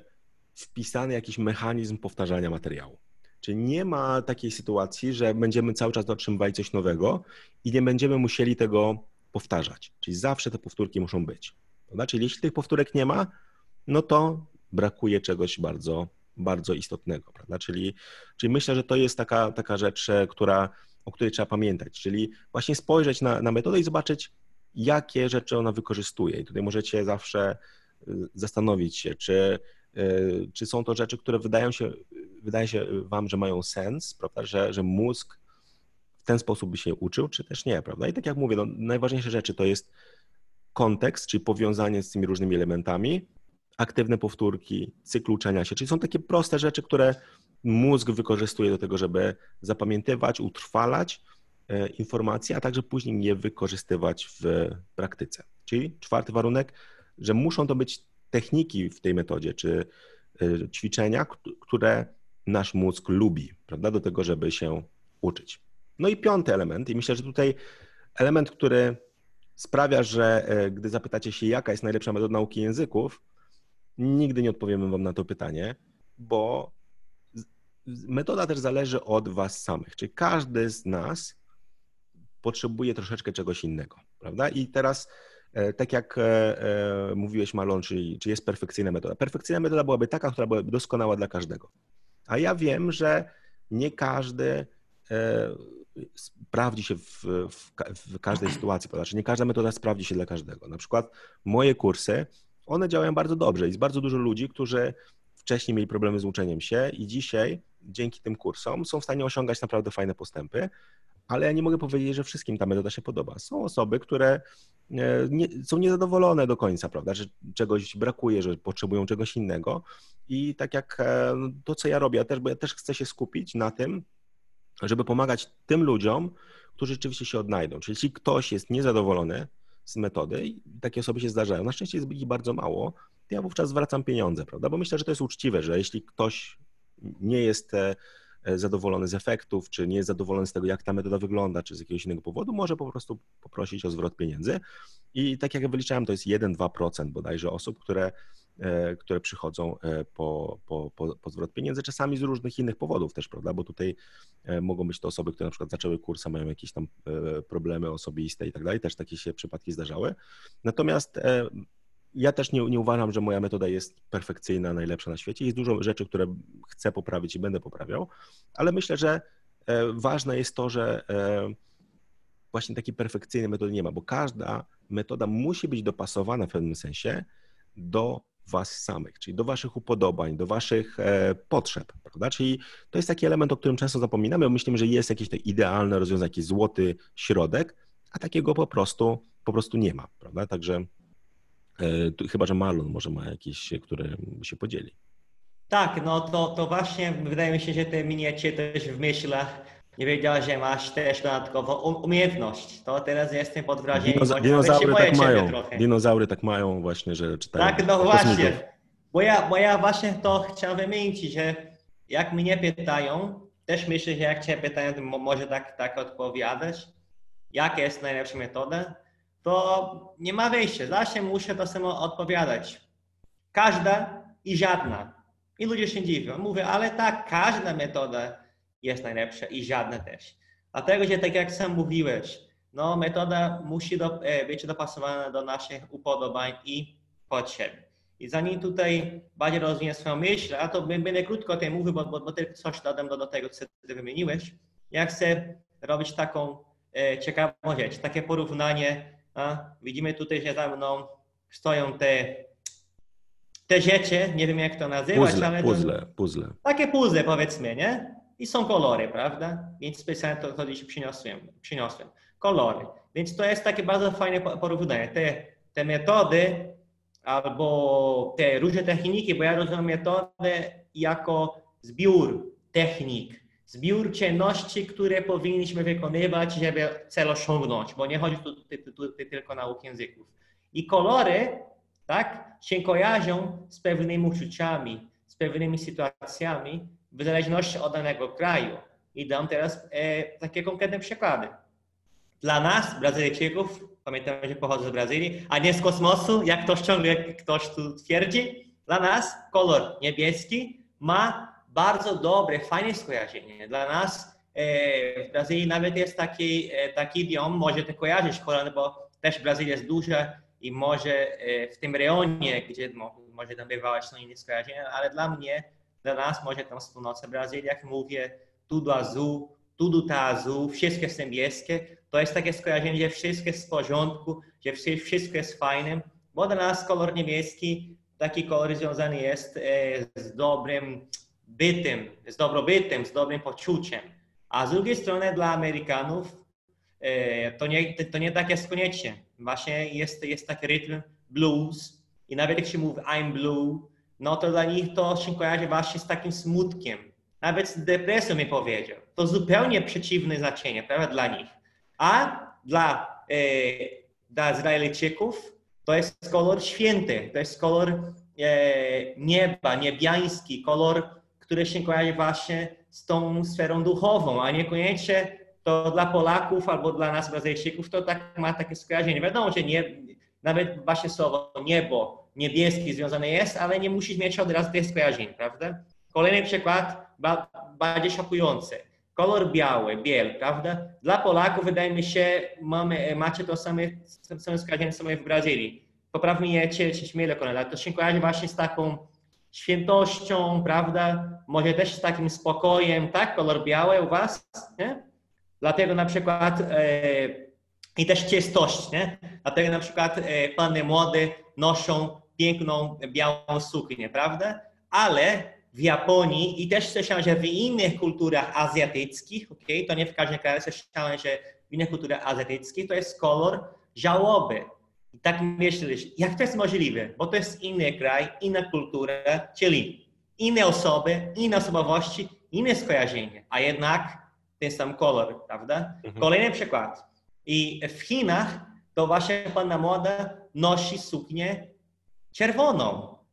wpisany jakiś mechanizm powtarzania materiału. Czyli nie ma takiej sytuacji, że będziemy cały czas otrzymywali coś nowego i nie będziemy musieli tego powtarzać. Czyli zawsze te powtórki muszą być. Prawda? Czyli jeśli tych powtórek nie ma, no to brakuje czegoś bardzo bardzo istotnego, prawda? Czyli, czyli myślę, że to jest taka, taka rzecz, która, o której trzeba pamiętać, czyli właśnie spojrzeć na, na metodę i zobaczyć, jakie rzeczy ona wykorzystuje. I tutaj możecie zawsze zastanowić się, czy, czy są to rzeczy, które wydają się, wydaje się wam, że mają sens, prawda? Że, że mózg w ten sposób by się uczył, czy też nie, prawda? I tak jak mówię, no, najważniejsze rzeczy to jest kontekst, czyli powiązanie z tymi różnymi elementami, aktywne powtórki, cykl uczenia się, czyli są takie proste rzeczy, które mózg wykorzystuje do tego, żeby zapamiętywać, utrwalać informacje, a także później je wykorzystywać w praktyce. Czyli czwarty warunek, że muszą to być techniki w tej metodzie, czy ćwiczenia, które nasz mózg lubi, prawda, do tego, żeby się uczyć. No i piąty element, i myślę, że tutaj element, który sprawia, że gdy zapytacie się, jaka jest najlepsza metoda nauki języków, nigdy nie odpowiemy wam na to pytanie, bo metoda też zależy od was samych, czyli każdy z nas potrzebuje troszeczkę czegoś innego, prawda? I teraz, tak jak mówiłeś, Marlon, czyli czy jest perfekcyjna metoda. Perfekcyjna metoda byłaby taka, która byłaby doskonała dla każdego. A ja wiem, że nie każdy sprawdzi się w, w, w każdej sytuacji, prawda? Czyli nie każda metoda sprawdzi się dla każdego. Na przykład moje kursy, one działają bardzo dobrze. Jest bardzo dużo ludzi, którzy wcześniej mieli problemy z uczeniem się i dzisiaj dzięki tym kursom są w stanie osiągać naprawdę fajne postępy, ale ja nie mogę powiedzieć, że wszystkim ta metoda się podoba. Są osoby, które nie, są niezadowolone do końca, prawda, że czegoś brakuje, że potrzebują czegoś innego i tak jak to, co ja robię, ja też, bo ja też chcę się skupić na tym, żeby pomagać tym ludziom, którzy rzeczywiście się odnajdą. Czyli jeśli ktoś jest niezadowolony z metody i takie osoby się zdarzają, na szczęście jest ich bardzo mało, to ja wówczas zwracam pieniądze, prawda? Bo myślę, że to jest uczciwe, że jeśli ktoś nie jest zadowolony z efektów, czy nie jest zadowolony z tego, jak ta metoda wygląda, czy z jakiegoś innego powodu, może po prostu poprosić o zwrot pieniędzy. I tak jak wyliczałem, to jest jeden do dwóch procent bodajże osób, które, które przychodzą po, po, po, po zwrot pieniędzy, czasami z różnych innych powodów też, prawda, bo tutaj mogą być to osoby, które na przykład zaczęły kurs, a mają jakieś tam problemy osobiste i tak dalej, też takie się przypadki zdarzały. Natomiast ja też nie, nie uważam, że moja metoda jest perfekcyjna, najlepsza na świecie. Jest dużo rzeczy, które chcę poprawić i będę poprawiał, ale myślę, że ważne jest to, że właśnie takiej perfekcyjnej metody nie ma, bo każda metoda musi być dopasowana w pewnym sensie do was samych, czyli do waszych upodobań, do waszych potrzeb, prawda? Czyli to jest taki element, o którym często zapominamy, bo myślimy, że jest jakieś to idealne rozwiązanie, jakiś złoty środek, a takiego po prostu, po prostu nie ma, prawda? Także chyba że Marlon może ma jakieś, które się podzieli. Tak, no to, to właśnie wydaje mi się, że te miniecie też w myślach. Nie wiedział, że masz też dodatkową umiejętność. To teraz jestem pod wrażeniem. Dinoza dinozaury tak mają. Trochę. Dinozaury tak mają właśnie, że czytają. Tak, no właśnie. Bo ja, bo ja właśnie to chciałem wymienić, że jak mnie pytają, też myślę, że jak cię pytają, to może tak, tak odpowiadać, jaka jest najlepsza metoda, to nie ma wyjścia. Zawsze muszę to samo odpowiadać. Każda i żadna. I ludzie się dziwią. Mówię, ale tak, każda metoda jest najlepsza i żadna też. Dlatego, że tak jak sam mówiłeś, no metoda musi do, być dopasowana do naszych upodobań i potrzeb. I zanim tutaj bardziej rozwinę swoją myśl, a to będę krótko o tym mówił, bo, bo, bo tylko coś dodam do, do tego, co ty wymieniłeś. Ja chcę robić taką e, ciekawą rzecz, takie porównanie. A? Widzimy tutaj, że za mną stoją te Te rzeczy, nie wiem jak to nazywać, puzzle, ale puzzle, to, puzzle. takie puzzle powiedzmy, nie? I są kolory, prawda? Więc specjalnie to, to dziś przyniosłem, przyniosłem. Kolory. Więc to jest takie bardzo fajne porównanie. Te, te metody albo te różne techniki, bo ja rozumiem metodę jako zbiór technik, zbiór czynności, które powinniśmy wykonywać, żeby cel osiągnąć, bo nie chodzi tu, tu, tu, tu tylko o naukę języków. I kolory, tak, się kojarzą z pewnymi uczuciami, z pewnymi sytuacjami, w zależności od danego kraju. I dam teraz e, takie konkretne przykłady. Dla nas, Brazylijczyków, pamiętam, że pochodzę z Brazylii, a nie z kosmosu, jak ktoś ciągle ktoś tu twierdzi, dla nas kolor niebieski ma bardzo dobre, fajne skojarzenie. Dla nas e, w Brazylii nawet jest taki, e, taki idiom, możecie kojarzyć kolor, bo też Brazylia jest duża, i może w tym rejonie, gdzie może tam bywały są inne skojarzenia, ale dla mnie, dla nas, może tam z północy Brazylii, jak mówię, tudo azul, tudo tá azul, wszystko jest niebieskie, to jest takie skojarzenie, że wszystko jest w porządku, że wszystko jest fajnym, bo dla nas kolor niebieski, taki kolor związany jest z dobrym bytem, z dobrobytem, z dobrym poczuciem. A z drugiej strony dla Amerykanów to nie, to nie tak jest koniecznie. Właśnie jest, jest taki rytm blues i nawet jak się mówi I'm blue, no to dla nich to się kojarzy właśnie z takim smutkiem. Nawet z depresją mi powiedział. To zupełnie przeciwne znaczenie, prawda, dla nich. A dla, e, dla Izraelczyków to jest kolor święty, to jest kolor e, nieba, niebiański, kolor, który się kojarzy właśnie z tą sferą duchową, a niekoniecznie to dla Polaków albo dla nas Brazylijczyków to tak ma takie skojarzenie. Wiadomo, że nie, nawet właśnie słowo niebo, niebieski związane jest, ale nie musisz mieć od razu tych skojarzeń, prawda? Kolejny przykład, ba, bardziej szokujący. Kolor biały, biel, prawda? Dla Polaków wydaje mi się, mamy, macie to same, same skojarzenie same w Brazylii. Poprawnie je, czy, czy śmielę, ale to się kojarzy właśnie z taką świętością, prawda? Może też z takim spokojem, tak? Kolor biały u was, nie? Dlatego na przykład e, i też czystość, nie? Dlatego na przykład e, panny młode noszą piękną białą suknię, prawda? Ale w Japonii i też słyszałem, że w innych kulturach azjatyckich, okay, to nie w każdym kraju, słyszałem, że w innych kulturach azjatyckich to jest kolor żałoby. I tak myślisz, jak to jest możliwe? Bo to jest inny kraj, inna kultura, czyli inne osoby, inne osobowości, inne skojarzenie, a jednak ten sam kolor, prawda? Mhm. Kolejny przykład. I w Chinach to właśnie panna młoda nosi suknię czerwoną.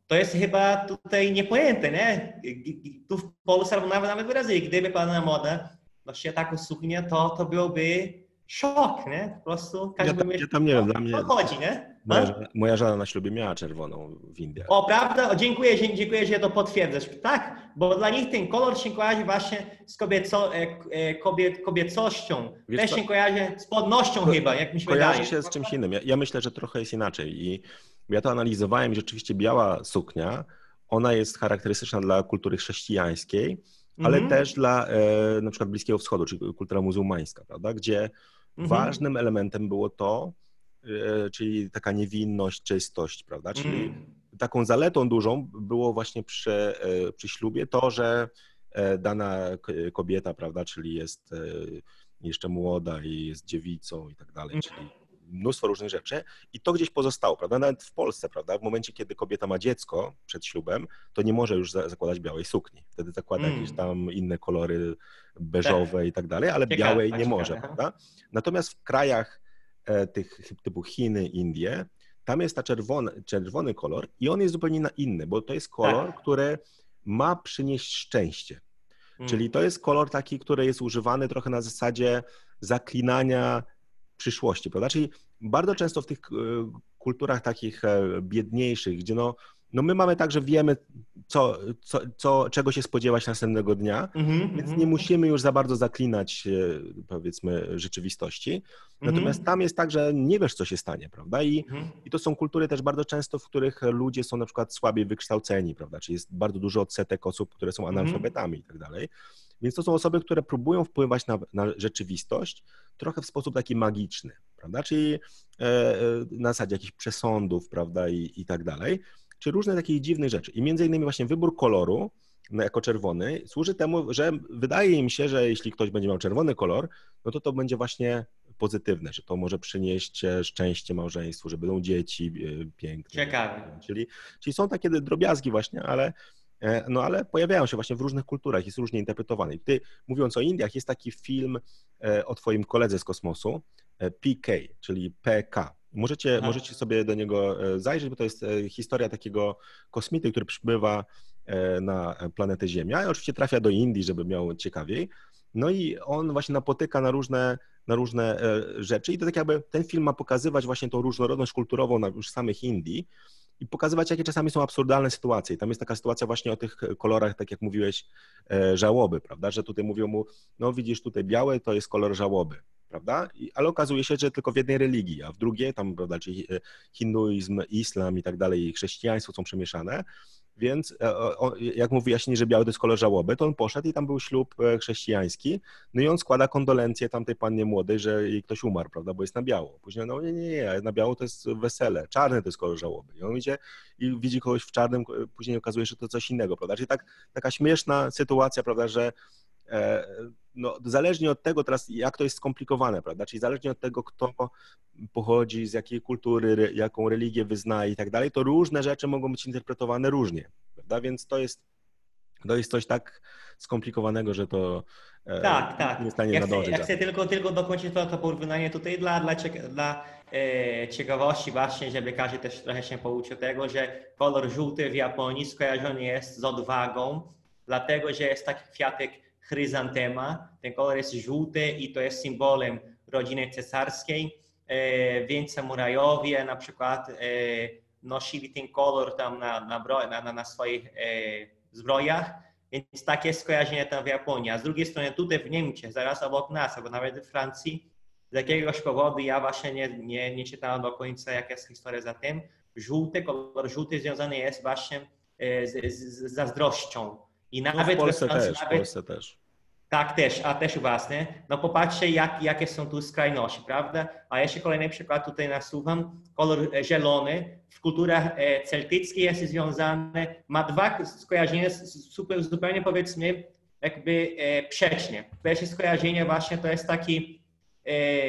to jest chyba tutaj niepojęte, nie? Tu w Polsce albo nawet, nawet w Brazylii, gdyby padła na modę noście taką suknię, to, to byłby szok, nie? Po prostu każdy ja, by myślał, ja tam nie wiem, dla mnie... co chodzi, nie? Moja żona, moja żona na ślubie miała czerwoną w Indiach. O, prawda? O, dziękuję, dziękuję, że to potwierdzasz. Tak, bo dla nich ten kolor się kojarzy właśnie z kobieco, kobiet, kobiecością. Wiesz Też co? się kojarzy z podnością Ko chyba, jak mi się kojarzy wydaje. się z czymś innym. Ja, ja myślę, że trochę jest inaczej i ja to analizowałem i rzeczywiście biała suknia, ona jest charakterystyczna dla kultury chrześcijańskiej, ale mm -hmm. też dla e, na przykład Bliskiego Wschodu, czyli kultura muzułmańska, prawda? Gdzie mm -hmm. ważnym elementem było to, e, czyli taka niewinność, czystość, prawda? Czyli mm. taką zaletą dużą było właśnie przy, e, przy ślubie to, że e, dana kobieta, prawda, czyli jest e, jeszcze młoda i jest dziewicą i tak dalej, czyli mnóstwo różnych rzeczy i to gdzieś pozostało, prawda? Nawet w Polsce, prawda? W momencie, kiedy kobieta ma dziecko przed ślubem, to nie może już zakładać białej sukni. Wtedy zakłada mm. jakieś tam inne kolory beżowe tak. i tak dalej, ale ciekawe, białej nie ciekawe. może, prawda? Natomiast w krajach e, tych typu Chiny, Indie, tam jest ta czerwona, czerwony kolor i on jest zupełnie inny, bo to jest kolor, tak. który ma przynieść szczęście. Mm. Czyli to jest kolor taki, który jest używany trochę na zasadzie zaklinania przyszłości, prawda? Czyli bardzo często w tych kulturach takich biedniejszych, gdzie no, no my mamy tak, że wiemy, co, co, co, czego się spodziewać następnego dnia, mm-hmm, więc nie musimy już za bardzo zaklinać, powiedzmy, rzeczywistości. Natomiast mm-hmm. tam jest tak, że nie wiesz, co się stanie, prawda? I, mm-hmm. i to są kultury też bardzo często, w których ludzie są na przykład słabiej wykształceni, prawda? Czyli jest bardzo dużo odsetek osób, które są analfabetami mm-hmm. i tak dalej. Więc to są osoby, które próbują wpływać na, na rzeczywistość trochę w sposób taki magiczny, prawda? Czyli e, na zasadzie jakichś przesądów, prawda, i, i tak dalej, czy różne takich dziwnych rzeczy. I między innymi właśnie wybór koloru no, jako czerwony służy temu, że wydaje im się, że jeśli ktoś będzie miał czerwony kolor, no to to będzie właśnie pozytywne, że to może przynieść szczęście małżeństwu, że będą dzieci piękne. Ciekawe. Czyli, czyli są takie drobiazgi właśnie, ale No ale pojawiają się właśnie w różnych kulturach, jest różnie interpretowany. Ty, mówiąc o Indiach, jest taki film o twoim koledze z kosmosu, P K, czyli P K. Możecie, możecie sobie do niego zajrzeć, bo to jest historia takiego kosmity, który przybywa na planetę Ziemia i oczywiście trafia do Indii, żeby miał ciekawiej. No i on właśnie napotyka na różne, na różne rzeczy i to tak jakby ten film ma pokazywać właśnie tą różnorodność kulturową na już samych Indii, i pokazywać, jakie czasami są absurdalne sytuacje. I tam jest taka sytuacja właśnie o tych kolorach, tak jak mówiłeś, żałoby, prawda, że tutaj mówią mu, no widzisz tutaj białe, to jest kolor żałoby, prawda, I, ale okazuje się, że tylko w jednej religii, a w drugiej, tam, prawda, czyli hinduizm, islam i tak dalej, i chrześcijaństwo są przemieszane, więc jak mu wyjaśnili, że biały to jest kolor żałoby, to on poszedł i tam był ślub chrześcijański, no i on składa kondolencje tamtej pannie młodej, że jej ktoś umarł, prawda, bo jest na biało. Później, no nie, nie, nie, na biało to jest wesele, czarny to jest kolor żałoby. I on idzie i widzi kogoś w czarnym, później okazuje się, że to coś innego, prawda, czyli tak, taka śmieszna sytuacja, prawda, że no, zależnie od tego teraz, jak to jest skomplikowane, prawda, czyli zależnie od tego, kto pochodzi, z jakiej kultury, jaką religię wyznaje i tak dalej, to różne rzeczy mogą być interpretowane różnie, prawda, więc to jest, to jest coś tak skomplikowanego, że to tak, tak. nie jest w stanie ja nadążyć. Chcę, ja chcę tylko, tylko dokończyć to, to porównanie tutaj dla, dla, cieka dla e, ciekawości właśnie, żeby każdy też trochę się pouczył tego, że kolor żółty w Japonii skojarzony jest z odwagą, dlatego, że jest taki kwiatek chryzantema, ten kolor jest żółty i to jest symbolem rodziny cesarskiej, e, więc samurajowie na przykład e, nosili ten kolor tam na, na, na, na, na swoich e, zbrojach, więc takie skojarzenie tam w Japonii. A z drugiej strony tutaj w Niemczech, zaraz obok nas, albo nawet w Francji, z jakiegoś powodu, ja właśnie nie, nie, nie czytałem do końca, jaka jest historia za tym, żółty, kolor żółty związany jest właśnie z, z, z zazdrością. I nawet no w Polsce Francji, też, nawet, w Polsce też. Tak, też, a też właśnie. No popatrzcie, jak, jakie są tu skrajności, prawda? A jeszcze kolejny przykład tutaj nasuwam. Kolor zielony w kulturach celtyckich jest związany, ma dwa skojarzenia super, zupełnie powiedzmy jakby e, przecznie. Pierwsze skojarzenie właśnie to jest taki e,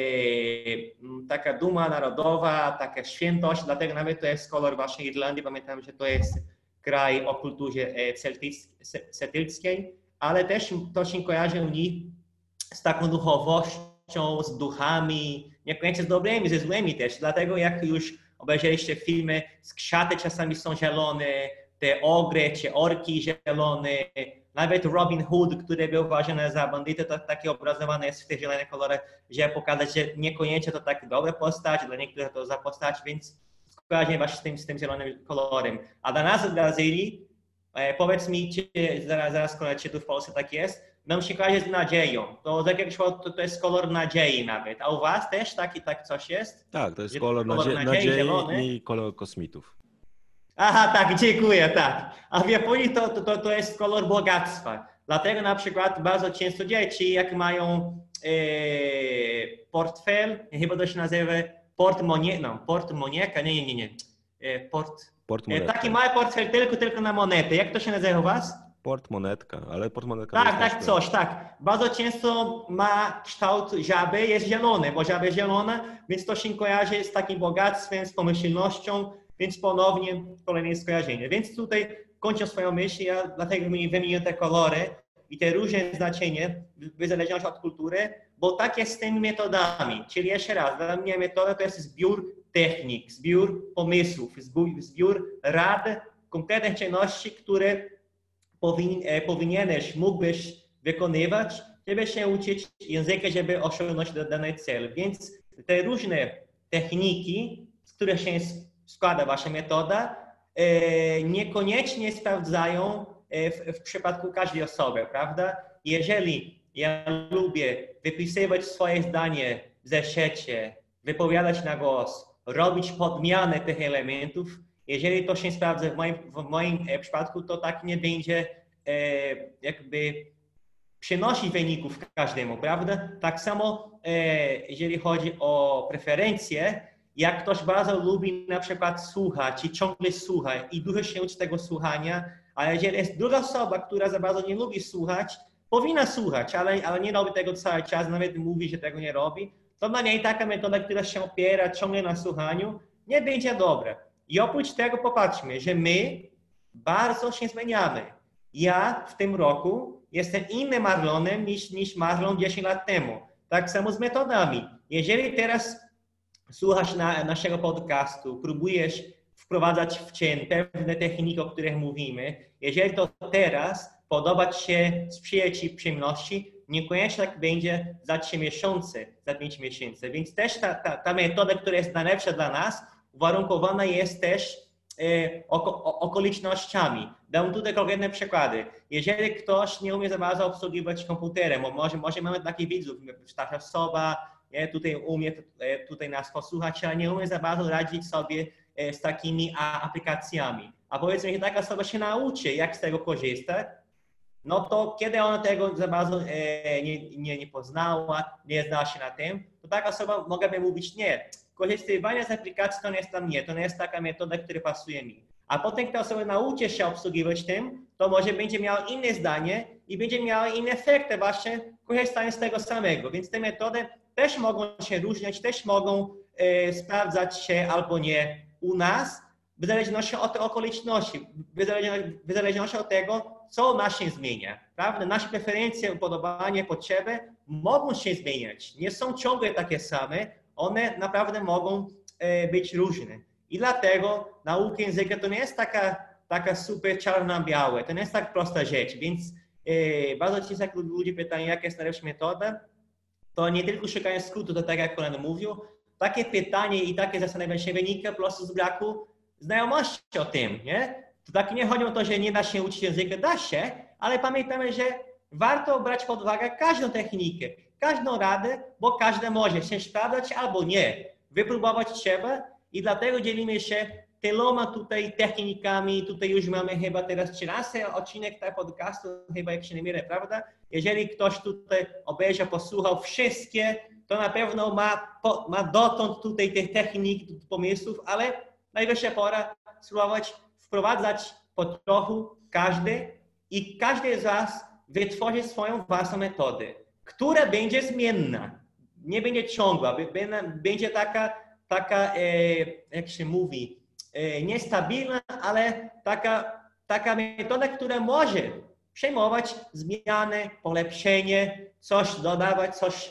taka duma narodowa, taka świętość, dlatego nawet to jest kolor właśnie Irlandii. Pamiętam, że to jest kraj o kulturze celtyckiej, ale też to się kojarzy u nich z taką duchowością, z duchami, niekoniecznie z dobrymi, ze złymi też. Dlatego jak już obejrzeliście filmy, skrzaty czasami są zielone, te ogry czy orki zielone, nawet Robin Hood, który był uważany za bandytę, to takie obrazowane jest w tych zielonych kolorach, żeby pokazać, że niekoniecznie to tak dobra postać, dla niektórych to za postać, więc skojarzenie właśnie z tym, z tym zielonym kolorem. A dla nas w Brazylii, e, powiedz mi, czy zaraz, zaraz czy tu w Polsce tak jest, nam się kojarzy z nadzieją. To z jakiegoś powodu to, to jest kolor nadziei nawet. A u was też taki, tak coś jest? Tak, to jest kolor, kolor nadziei, nadziei i kolor kosmitów. Aha, tak, dziękuję, tak. A w Japonii to, to, to jest kolor bogactwa. Dlatego na przykład bardzo często dzieci, jak mają e, portfel, chyba to się nazywa portmonie, no, portmonieka, nie, nie, nie, nie. E, port, e, taki mały portfel tylko, tylko na monety. Jak to się nazywa u was? Portmonetka, ale portmonetka... Tak, tak, coś, tak. Bardzo często ma kształt żaby, jest zielony, bo żaba jest zielona, więc to się kojarzy z takim bogactwem, z pomyślnością, więc ponownie kolejne skojarzenie. Więc tutaj kończę swoją myśl, ja dlatego wymienię te kolory i te różne znaczenia w zależności od kultury, bo tak jest z tymi metodami. Czyli jeszcze raz, dla mnie metoda to jest zbiór technik, zbiór pomysłów, zbiór rad, konkretnych czynności, które powin, powinieneś, mógłbyś wykonywać, żeby się uczyć języka, żeby osiągnąć dany cel. Więc te różne techniki, z których się składa wasza metoda, e, niekoniecznie sprawdzają w, w przypadku każdej osoby, prawda? Jeżeli ja lubię wypisywać swoje zdanie w zeszycie, wypowiadać na głos, robić podmianę tych elementów, jeżeli to się sprawdza w moim, w moim przypadku, to tak nie będzie e, jakby przynosić wyników każdemu, prawda? Tak samo e, jeżeli chodzi o preferencje, jak ktoś bardzo lubi na przykład słuchać i ciągle słucha i dużo się uczy tego słuchania, a jeżeli jest druga osoba, która za bardzo nie lubi słuchać, powinna słuchać, ale, ale nie robi tego cały czas, nawet mówi, że tego nie robi, to dla niej taka metoda, która się opiera ciągle na słuchaniu, nie będzie dobra. I oprócz tego popatrzmy, że my bardzo się zmieniamy. Ja w tym roku jestem innym Marlonem niż, niż Marlon dziesięć lat temu. Tak samo z metodami. Jeżeli teraz słuchasz na, naszego podcastu, próbujesz wprowadzać w czyn pewne techniki, o których mówimy, jeżeli to teraz podoba ci się, sprzyja ci przyjemności, niekoniecznie tak będzie za trzy miesiące, za pięć miesięcy. Więc też ta, ta, ta metoda, która jest najlepsza dla nas, uwarunkowana jest też e, oko, okolicznościami. Dam tutaj konkretne przykłady. Jeżeli ktoś nie umie za bardzo obsługiwać komputerem, bo może, może mamy takich widzów, starsza osoba, nie, tutaj umie tutaj nas posłuchać, ale nie umie za bardzo radzić sobie z takimi aplikacjami. A powiedzmy, że taka osoba się nauczy, jak z tego korzystać, no to kiedy ona tego za bardzo e, nie, nie, nie poznała, nie znała się na tym, to taka osoba mogłaby mówić nie. Korzystywanie z aplikacji to nie jest dla mnie, to nie jest taka metoda, która pasuje mi. A potem, gdy osoba nauczy się obsługiwać tym, to może będzie miała inne zdanie i będzie miała inne efekty właśnie korzystania z tego samego. Więc te metody też mogą się różnić, też mogą e, sprawdzać się albo nie u nas, w zależności od okoliczności, w zależności od tego, co nas się zmienia. Prawda? Nasze preferencje, upodobania, potrzeby mogą się zmieniać. Nie są ciągle takie same, one naprawdę mogą e, być różne. I dlatego nauka języka to nie jest taka, taka super czarno-białe, to nie jest tak prosta rzecz. Więc e, bardzo często jak ludzie pytają, jaka jest najlepsza metoda, to nie tylko szukają skrótu, to tak jak koledzy mówił, takie pytanie i takie zastanawianie się wynika po prostu z braku znajomości o tym, nie? To tak nie chodzi o to, że nie da się uczyć języka, da się, ale pamiętamy, że warto brać pod uwagę każdą technikę, każdą radę, bo każdy może się sprawdzać albo nie. Wypróbować trzeba i dlatego dzielimy się tyloma tutaj technikami. Tutaj już mamy chyba teraz trzynasty odcinek tego podcastu, chyba jak się nie mylę, prawda? Jeżeli ktoś tutaj obejrzał, posłuchał wszystkie, to na pewno ma, ma dotąd tutaj tych technik, pomysłów, ale najwyższa pora spróbować wprowadzać po trochu każdy i każdy z was wytworzy swoją własną metodę, która będzie zmienna, nie będzie ciągła, będzie taka, taka e, jak się mówi, e, niestabilna, ale taka, taka metoda, która może przejmować zmiany, polepszenie, coś dodawać, coś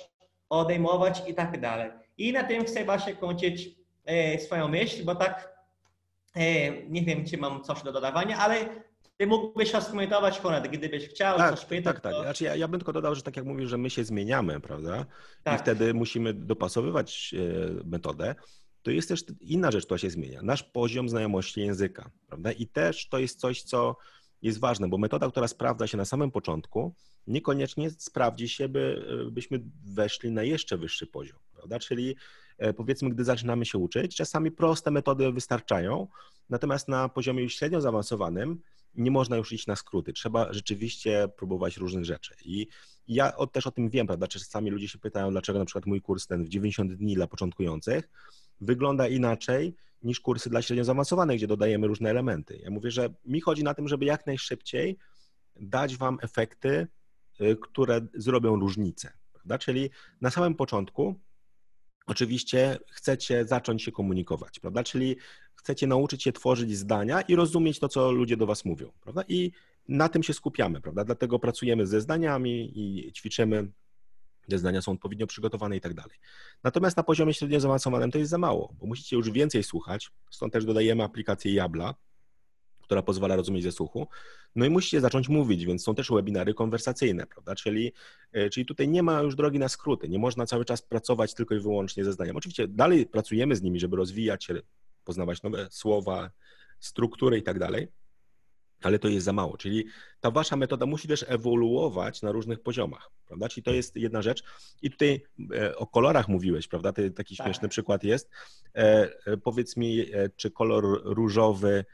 odejmować i tak dalej. I na tym chcę właśnie kończyć e, swoją myśl, bo tak Nie wiem, czy mam coś do dodawania, ale ty mógłbyś to skomentować, Konrad, gdybyś chciał tak, coś pytać. Tak, tak. To... Znaczy ja, ja bym tylko dodał, że tak jak mówisz, że my się zmieniamy, prawda? I tak. wtedy musimy dopasowywać metodę. To jest też inna rzecz, która się zmienia. Nasz poziom znajomości języka, prawda? I też to jest coś, co jest ważne, bo metoda, która sprawdza się na samym początku, niekoniecznie sprawdzi się, by, byśmy weszli na jeszcze wyższy poziom, prawda? Czyli powiedzmy, gdy zaczynamy się uczyć, czasami proste metody wystarczają, natomiast na poziomie już średnio zaawansowanym nie można już iść na skróty. Trzeba rzeczywiście próbować różnych rzeczy. I ja też o tym wiem, prawda? Czasami ludzie się pytają, dlaczego na przykład mój kurs ten w dziewięćdziesiąt dni dla początkujących wygląda inaczej niż kursy dla średnio zaawansowanych, gdzie dodajemy różne elementy. Ja mówię, że mi chodzi na tym, żeby jak najszybciej dać wam efekty, które zrobią różnicę, prawda? Czyli na samym początku oczywiście chcecie zacząć się komunikować, prawda? Czyli chcecie nauczyć się tworzyć zdania i rozumieć to, co ludzie do was mówią, prawda? I na tym się skupiamy, prawda? Dlatego pracujemy ze zdaniami i ćwiczymy, te zdania są odpowiednio przygotowane i tak dalej. Natomiast na poziomie średnio zaawansowanym to jest za mało, bo musicie już więcej słuchać, stąd też dodajemy aplikację Jabla, która pozwala rozumieć ze słuchu. No i musicie zacząć mówić, więc są też webinary konwersacyjne, prawda? Czyli, czyli tutaj nie ma już drogi na skróty, nie można cały czas pracować tylko i wyłącznie ze zdaniem. Oczywiście dalej pracujemy z nimi, żeby rozwijać się, poznawać nowe słowa, struktury i tak dalej, ale to jest za mało, czyli ta wasza metoda musi też ewoluować na różnych poziomach, prawda? Czyli to jest jedna rzecz. I tutaj o kolorach mówiłeś, prawda? Taki śmieszny tak. przykład jest. Powiedz mi, czy kolor różowy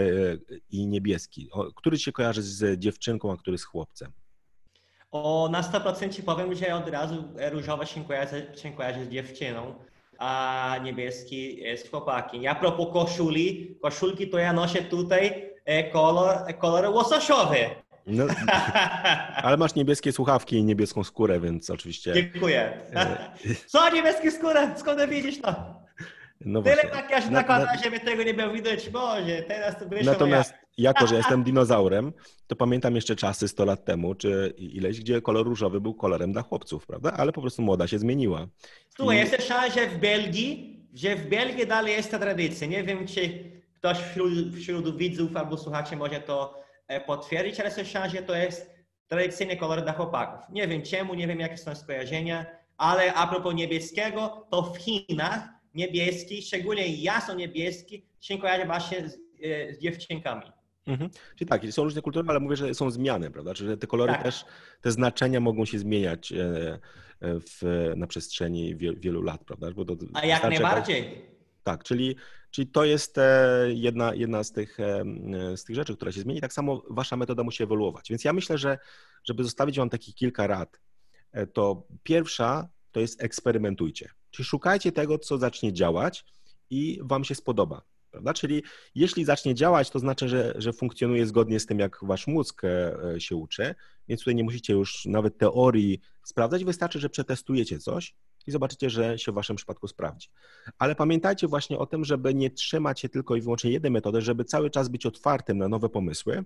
i niebieski, który ci się kojarzy z dziewczynką, a który z chłopcem? O, na sto procent powiem, że od razu różowa się kojarzy, się kojarzy z dziewczyną, a niebieski z chłopakiem. A propos koszuli, koszulki to ja noszę tutaj kolor, kolor łososiowy. No, ale masz niebieskie słuchawki i niebieską skórę, więc oczywiście... Dziękuję. Co niebieskie skórę? Skąd widzisz to? No Tyle makijażu nakłada, żeby tego nie było widać. Boże, teraz to wyszło. Natomiast jak. jako, że jestem dinozaurem, to pamiętam jeszcze czasy sto lat temu, czy ileś, gdzie kolor różowy był kolorem dla chłopców, prawda? Ale po prostu moda się zmieniła. Słuchaj, I... jest szansa, że w Belgii, że w Belgii dalej jest ta tradycja. Nie wiem, czy ktoś wśród, wśród widzów albo słuchaczy może to potwierdzić, ale jest szansa, że to jest tradycyjny kolor dla chłopaków. Nie wiem czemu, nie wiem jakie są skojarzenia, ale a propos niebieskiego, to w Chinach niebieski, szczególnie jasno niebieski, się kojarzy właśnie z, z dziewczynkami. Mhm. Czyli tak, są różne kultury, ale mówię, że są zmiany, prawda? Czyli te kolory tak. też, te znaczenia mogą się zmieniać w, na przestrzeni wielu lat, prawda? Bo to A jak najbardziej. Tak, czyli, czyli to jest jedna, jedna z, tych, z tych rzeczy, która się zmieni. Tak samo wasza metoda musi ewoluować. Więc ja myślę, że żeby zostawić wam takich kilka rad, to pierwsza to jest eksperymentujcie. Czyli szukajcie tego, co zacznie działać i wam się spodoba, prawda? Czyli jeśli zacznie działać, to znaczy, że, że funkcjonuje zgodnie z tym, jak wasz mózg się uczy, więc tutaj nie musicie już nawet teorii sprawdzać, wystarczy, że przetestujecie coś i zobaczycie, że się w waszym przypadku sprawdzi. Ale pamiętajcie właśnie o tym, żeby nie trzymać się tylko i wyłącznie jednej metody, żeby cały czas być otwartym na nowe pomysły,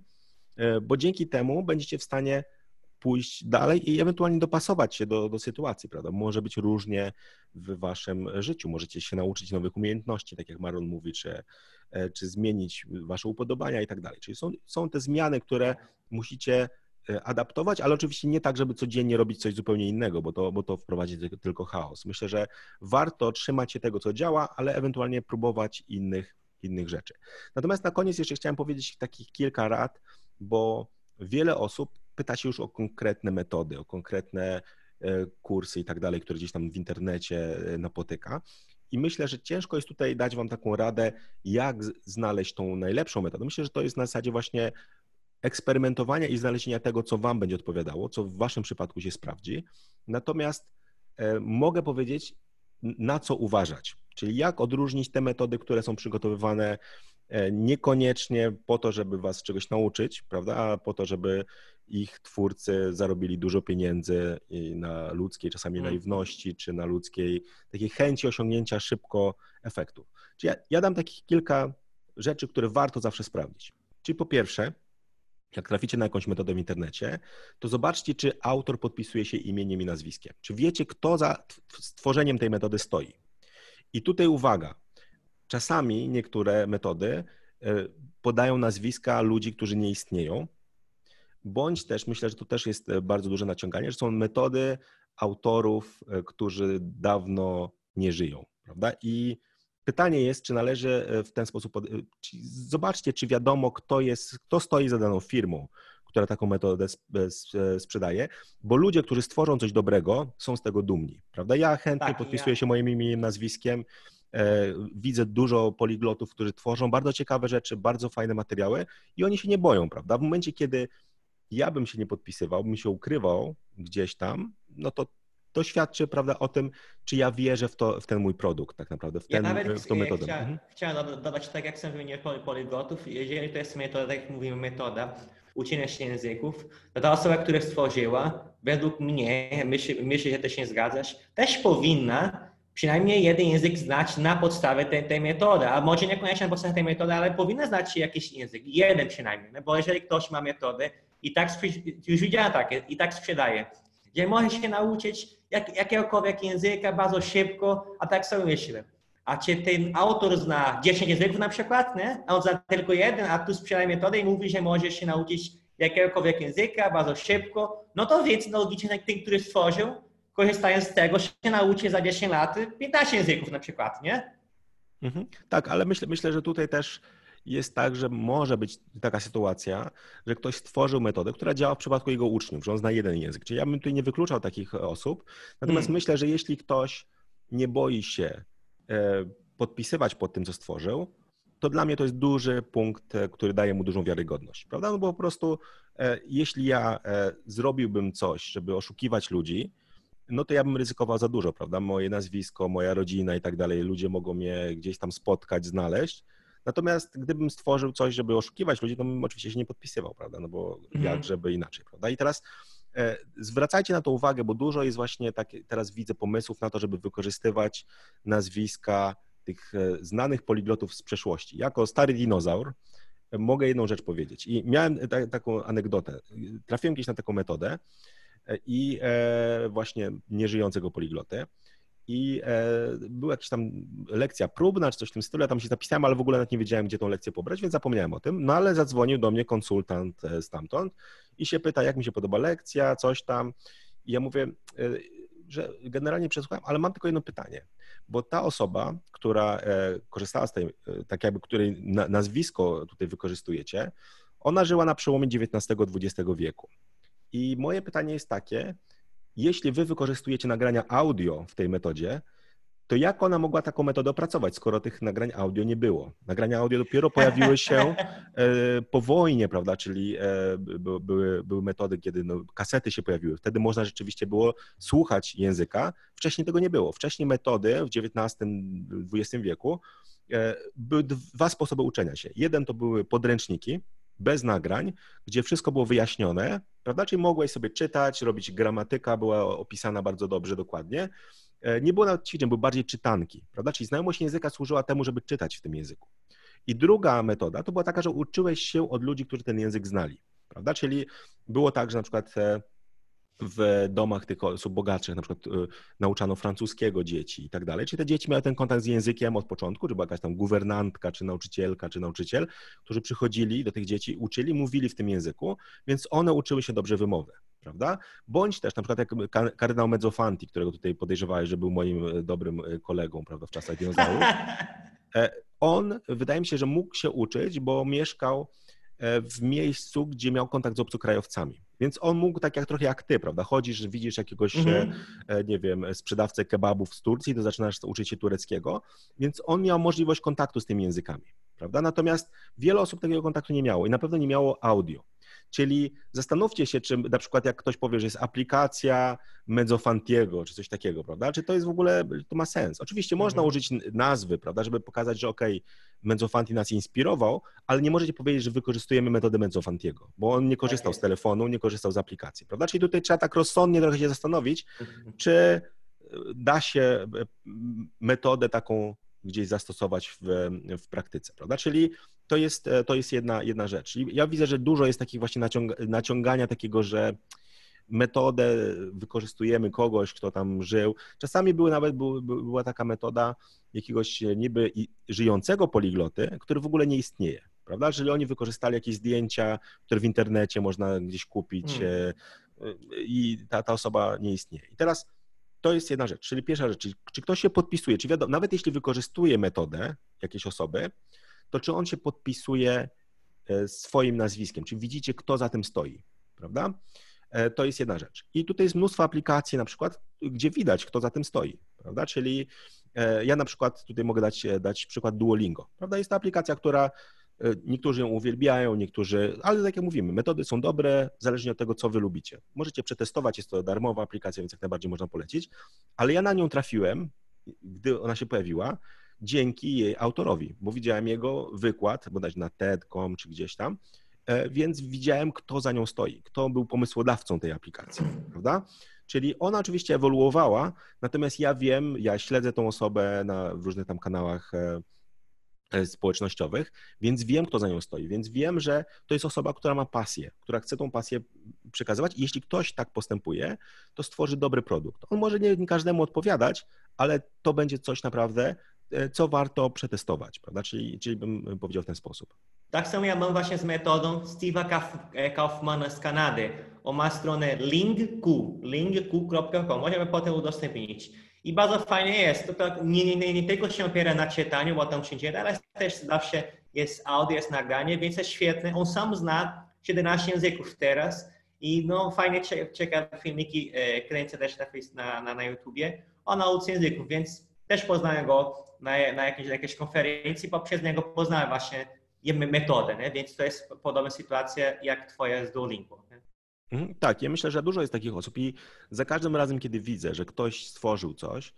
bo dzięki temu będziecie w stanie pójść dalej i ewentualnie dopasować się do, do sytuacji, prawda? Może być różnie w waszym życiu, możecie się nauczyć nowych umiejętności, tak jak Maron mówi, czy, czy zmienić wasze upodobania i tak dalej. Czyli są, są te zmiany, które musicie adaptować, ale oczywiście nie tak, żeby codziennie robić coś zupełnie innego, bo to, bo to wprowadzi tylko chaos. Myślę, że warto trzymać się tego, co działa, ale ewentualnie próbować innych, innych rzeczy. Natomiast na koniec jeszcze chciałem powiedzieć takich kilka rad, bo wiele osób pyta się już o konkretne metody, o konkretne kursy i tak dalej, które gdzieś tam w internecie napotyka. I myślę, że ciężko jest tutaj dać wam taką radę, jak znaleźć tą najlepszą metodę. Myślę, że to jest na zasadzie właśnie eksperymentowania i znalezienia tego, co wam będzie odpowiadało, co w waszym przypadku się sprawdzi. Natomiast e, mogę powiedzieć, na co uważać, czyli jak odróżnić te metody, które są przygotowywane e, niekoniecznie po to, żeby was czegoś nauczyć, prawda, a po to, żeby ich twórcy zarobili dużo pieniędzy na ludzkiej czasami mm. naiwności, czy na ludzkiej takiej chęci osiągnięcia szybko efektów. Czyli ja, ja dam takich kilka rzeczy, które warto zawsze sprawdzić. Czyli po pierwsze, jak traficie na jakąś metodę w internecie, to zobaczcie, czy autor podpisuje się imieniem i nazwiskiem. Czy wiecie, kto za stworzeniem tej metody stoi. I tutaj uwaga, czasami niektóre metody podają nazwiska ludzi, którzy nie istnieją, bądź też, myślę, że to też jest bardzo duże naciąganie, że są metody autorów, którzy dawno nie żyją, prawda? I pytanie jest, czy należy w ten sposób, zobaczcie, czy wiadomo, kto jest, kto stoi za daną firmą, która taką metodę sprzedaje, bo ludzie, którzy stworzą coś dobrego, są z tego dumni, prawda? Ja chętnie tak, podpisuję ja. się moim imieniem, nazwiskiem, widzę dużo poliglotów, którzy tworzą bardzo ciekawe rzeczy, bardzo fajne materiały i oni się nie boją, prawda? W momencie, kiedy ja bym się nie podpisywał, bym się ukrywał gdzieś tam, no to to świadczy, prawda, o tym, czy ja wierzę w, to, w ten mój produkt tak naprawdę, w, ten, ja nawet w tą metodę. Chcia, mhm. Chciałem dodać, tak jak sam wymieniłem poliglotów, jeżeli to jest metoda, tak jak mówimy, metoda uczenia się języków, to ta osoba, która stworzyła, według mnie, myślę, myślę, że też się zgadzasz, też powinna przynajmniej jeden język znać na podstawie tej, tej metody, a może niekoniecznie na podstawie tej metody, ale powinna znać jakiś język, jeden przynajmniej, no bo jeżeli ktoś ma metodę i tak, już widziałem takie, i tak sprzedaje, że może się nauczyć jak, jakiegokolwiek języka bardzo szybko, a tak sobie myślę. A czy ten autor zna dziesięć języków na przykład, nie? A on zna tylko jeden, a tu sprzedaje metodę i mówi, że może się nauczyć jakiegokolwiek języka bardzo szybko, no to więc logicznie ten, który stworzył, korzystając z tego, się nauczy za dziesięć lat piętnaście języków na przykład, nie? Mhm. Tak, ale myślę, myślę, że tutaj też jest tak, że może być taka sytuacja, że ktoś stworzył metodę, która działa w przypadku jego uczniów, że on zna jeden język. Czyli ja bym tutaj nie wykluczał takich osób. Natomiast hmm. myślę, że jeśli ktoś nie boi się podpisywać pod tym, co stworzył, to dla mnie to jest duży punkt, który daje mu dużą wiarygodność, prawda? No bo po prostu jeśli ja zrobiłbym coś, żeby oszukiwać ludzi, no to ja bym ryzykował za dużo, prawda? Moje nazwisko, moja rodzina i tak dalej, ludzie mogą mnie gdzieś tam spotkać, znaleźć. Natomiast gdybym stworzył coś, żeby oszukiwać ludzi, to bym oczywiście się nie podpisywał, prawda? No bo mhm. jak, żeby inaczej, prawda? I teraz e, zwracajcie na to uwagę, bo dużo jest właśnie, tak, teraz widzę pomysłów na to, żeby wykorzystywać nazwiska tych e, znanych poliglotów z przeszłości. Jako stary dinozaur e, mogę jedną rzecz powiedzieć i miałem ta, taką anegdotę. Trafiłem kiedyś na taką metodę e, i e, właśnie nieżyjącego poliglotę. I e, była jakaś tam lekcja próbna, czy coś w tym stylu, ja tam się zapisałem, ale w ogóle nawet nie wiedziałem, gdzie tą lekcję pobrać, więc zapomniałem o tym. No ale zadzwonił do mnie konsultant stamtąd i się pyta, jak mi się podoba lekcja, coś tam. I ja mówię, e, że generalnie przesłuchałem, ale mam tylko jedno pytanie, bo ta osoba, która e, korzystała z tej, e, tak jakby której na, nazwisko tutaj wykorzystujecie, ona żyła na przełomie dziewiętnastego dwudziestego wieku. I moje pytanie jest takie, jeśli wy wykorzystujecie nagrania audio w tej metodzie, to jak ona mogła taką metodę opracować, skoro tych nagrań audio nie było? Nagrania audio dopiero pojawiły się po wojnie, prawda, czyli były, były metody, kiedy no, kasety się pojawiły. Wtedy można rzeczywiście było słuchać języka. Wcześniej tego nie było. Wcześniej metody w dziewiętnastym dwudziestym wieku były dwa sposoby uczenia się. Jeden to były podręczniki, bez nagrań, gdzie wszystko było wyjaśnione, prawda? Czyli mogłeś sobie czytać, robić gramatyka, była opisana bardzo dobrze, dokładnie. Nie było nawet ćwiczeń, były bardziej czytanki, prawda? Czyli znajomość języka służyła temu, żeby czytać w tym języku. I druga metoda to była taka, że uczyłeś się od ludzi, którzy ten język znali, prawda? Czyli było tak, że na przykład w domach tych osób bogatszych na przykład nauczano francuskiego dzieci i tak dalej. Czyli te dzieci miały ten kontakt z językiem od początku, czy była jakaś tam guwernantka, czy nauczycielka, czy nauczyciel, którzy przychodzili do tych dzieci, uczyli, mówili w tym języku, więc one uczyły się dobrze wymowy, prawda? Bądź też na przykład jak kardynał Mezzofanti, którego tutaj podejrzewałeś, że był moim dobrym kolegą, prawda, w czasach dinozaurów. On, wydaje mi się, że mógł się uczyć, bo mieszkał w miejscu, gdzie miał kontakt z obcokrajowcami. Więc on mógł tak jak trochę jak ty, prawda? Chodzisz, widzisz jakiegoś, mm-hmm. nie wiem, sprzedawcę kebabów z Turcji, to zaczynasz uczyć się tureckiego, więc on miał możliwość kontaktu z tymi językami, prawda? Natomiast wiele osób takiego kontaktu nie miało i na pewno nie miało audio. Czyli zastanówcie się, czy na przykład jak ktoś powie, że jest aplikacja Mezzofantiego, czy coś takiego, prawda? Czy to jest w ogóle, to ma sens? Oczywiście mhm. można użyć nazwy, prawda, żeby pokazać, że okej, okay, Mezzofanti nas inspirował, ale nie możecie powiedzieć, że wykorzystujemy metodę Mezzofantiego, bo on nie korzystał z telefonu, nie korzystał z aplikacji, prawda? Czyli tutaj trzeba tak rozsądnie trochę się zastanowić, mhm. czy da się metodę taką gdzieś zastosować w, w praktyce, prawda? Czyli to jest, to jest jedna, jedna rzecz. I ja widzę, że dużo jest takich właśnie naciąga, naciągania takiego, że metodę wykorzystujemy kogoś, kto tam żył. Czasami były nawet, były, była taka metoda jakiegoś niby żyjącego poligloty, który w ogóle nie istnieje, prawda? Czyli oni wykorzystali jakieś zdjęcia, które w internecie można gdzieś kupić hmm. i ta, ta osoba nie istnieje. I teraz to jest jedna rzecz, czyli pierwsza rzecz, czyli czy ktoś się podpisuje, czy wiadomo, nawet jeśli wykorzystuje metodę jakiejś osoby, to czy on się podpisuje swoim nazwiskiem, czy widzicie, kto za tym stoi, prawda? To jest jedna rzecz. I tutaj jest mnóstwo aplikacji na przykład, gdzie widać, kto za tym stoi, prawda? Czyli ja na przykład tutaj mogę dać, dać przykład Duolingo, prawda? Jest to aplikacja, która niektórzy ją uwielbiają, niektórzy, ale tak jak mówimy, metody są dobre, zależnie od tego, co wy lubicie. Możecie przetestować, jest to darmowa aplikacja, więc jak najbardziej można polecić, ale ja na nią trafiłem, gdy ona się pojawiła, dzięki jej autorowi, bo widziałem jego wykład, bodajże na TED kropka com czy gdzieś tam, więc widziałem, kto za nią stoi, kto był pomysłodawcą tej aplikacji, prawda? Czyli ona oczywiście ewoluowała, natomiast ja wiem, ja śledzę tą osobę na, w różnych tam kanałach społecznościowych, więc wiem, kto za nią stoi, więc wiem, że to jest osoba, która ma pasję, która chce tą pasję przekazywać i jeśli ktoś tak postępuje, to stworzy dobry produkt. On może nie każdemu odpowiadać, ale to będzie coś naprawdę, co warto przetestować, prawda? Czyli, czyli bym powiedział w ten sposób. Tak samo ja mam właśnie z metodą Steve'a Kaufmana z Kanady. On ma stronę linkq, linkq kropka com, możemy potem udostępnić. I bardzo fajnie jest, to, to nie, nie, nie tylko się opiera na czytaniu, bo tam się dzieje, ale też zawsze jest audio, jest nagranie, więc jest świetne. On sam zna siedemnaście języków teraz i no fajnie, ciekawe filmiki kręcę też na, na, na YouTubie o nauce języków, więc też poznałem go na, na jakiejś, jakiejś konferencji, bo przez niego poznałem właśnie metodę, nie? Więc to jest podobna sytuacja jak twoja z Duolingo. Nie? Tak, ja myślę, że dużo jest takich osób i za każdym razem, kiedy widzę, że ktoś stworzył coś,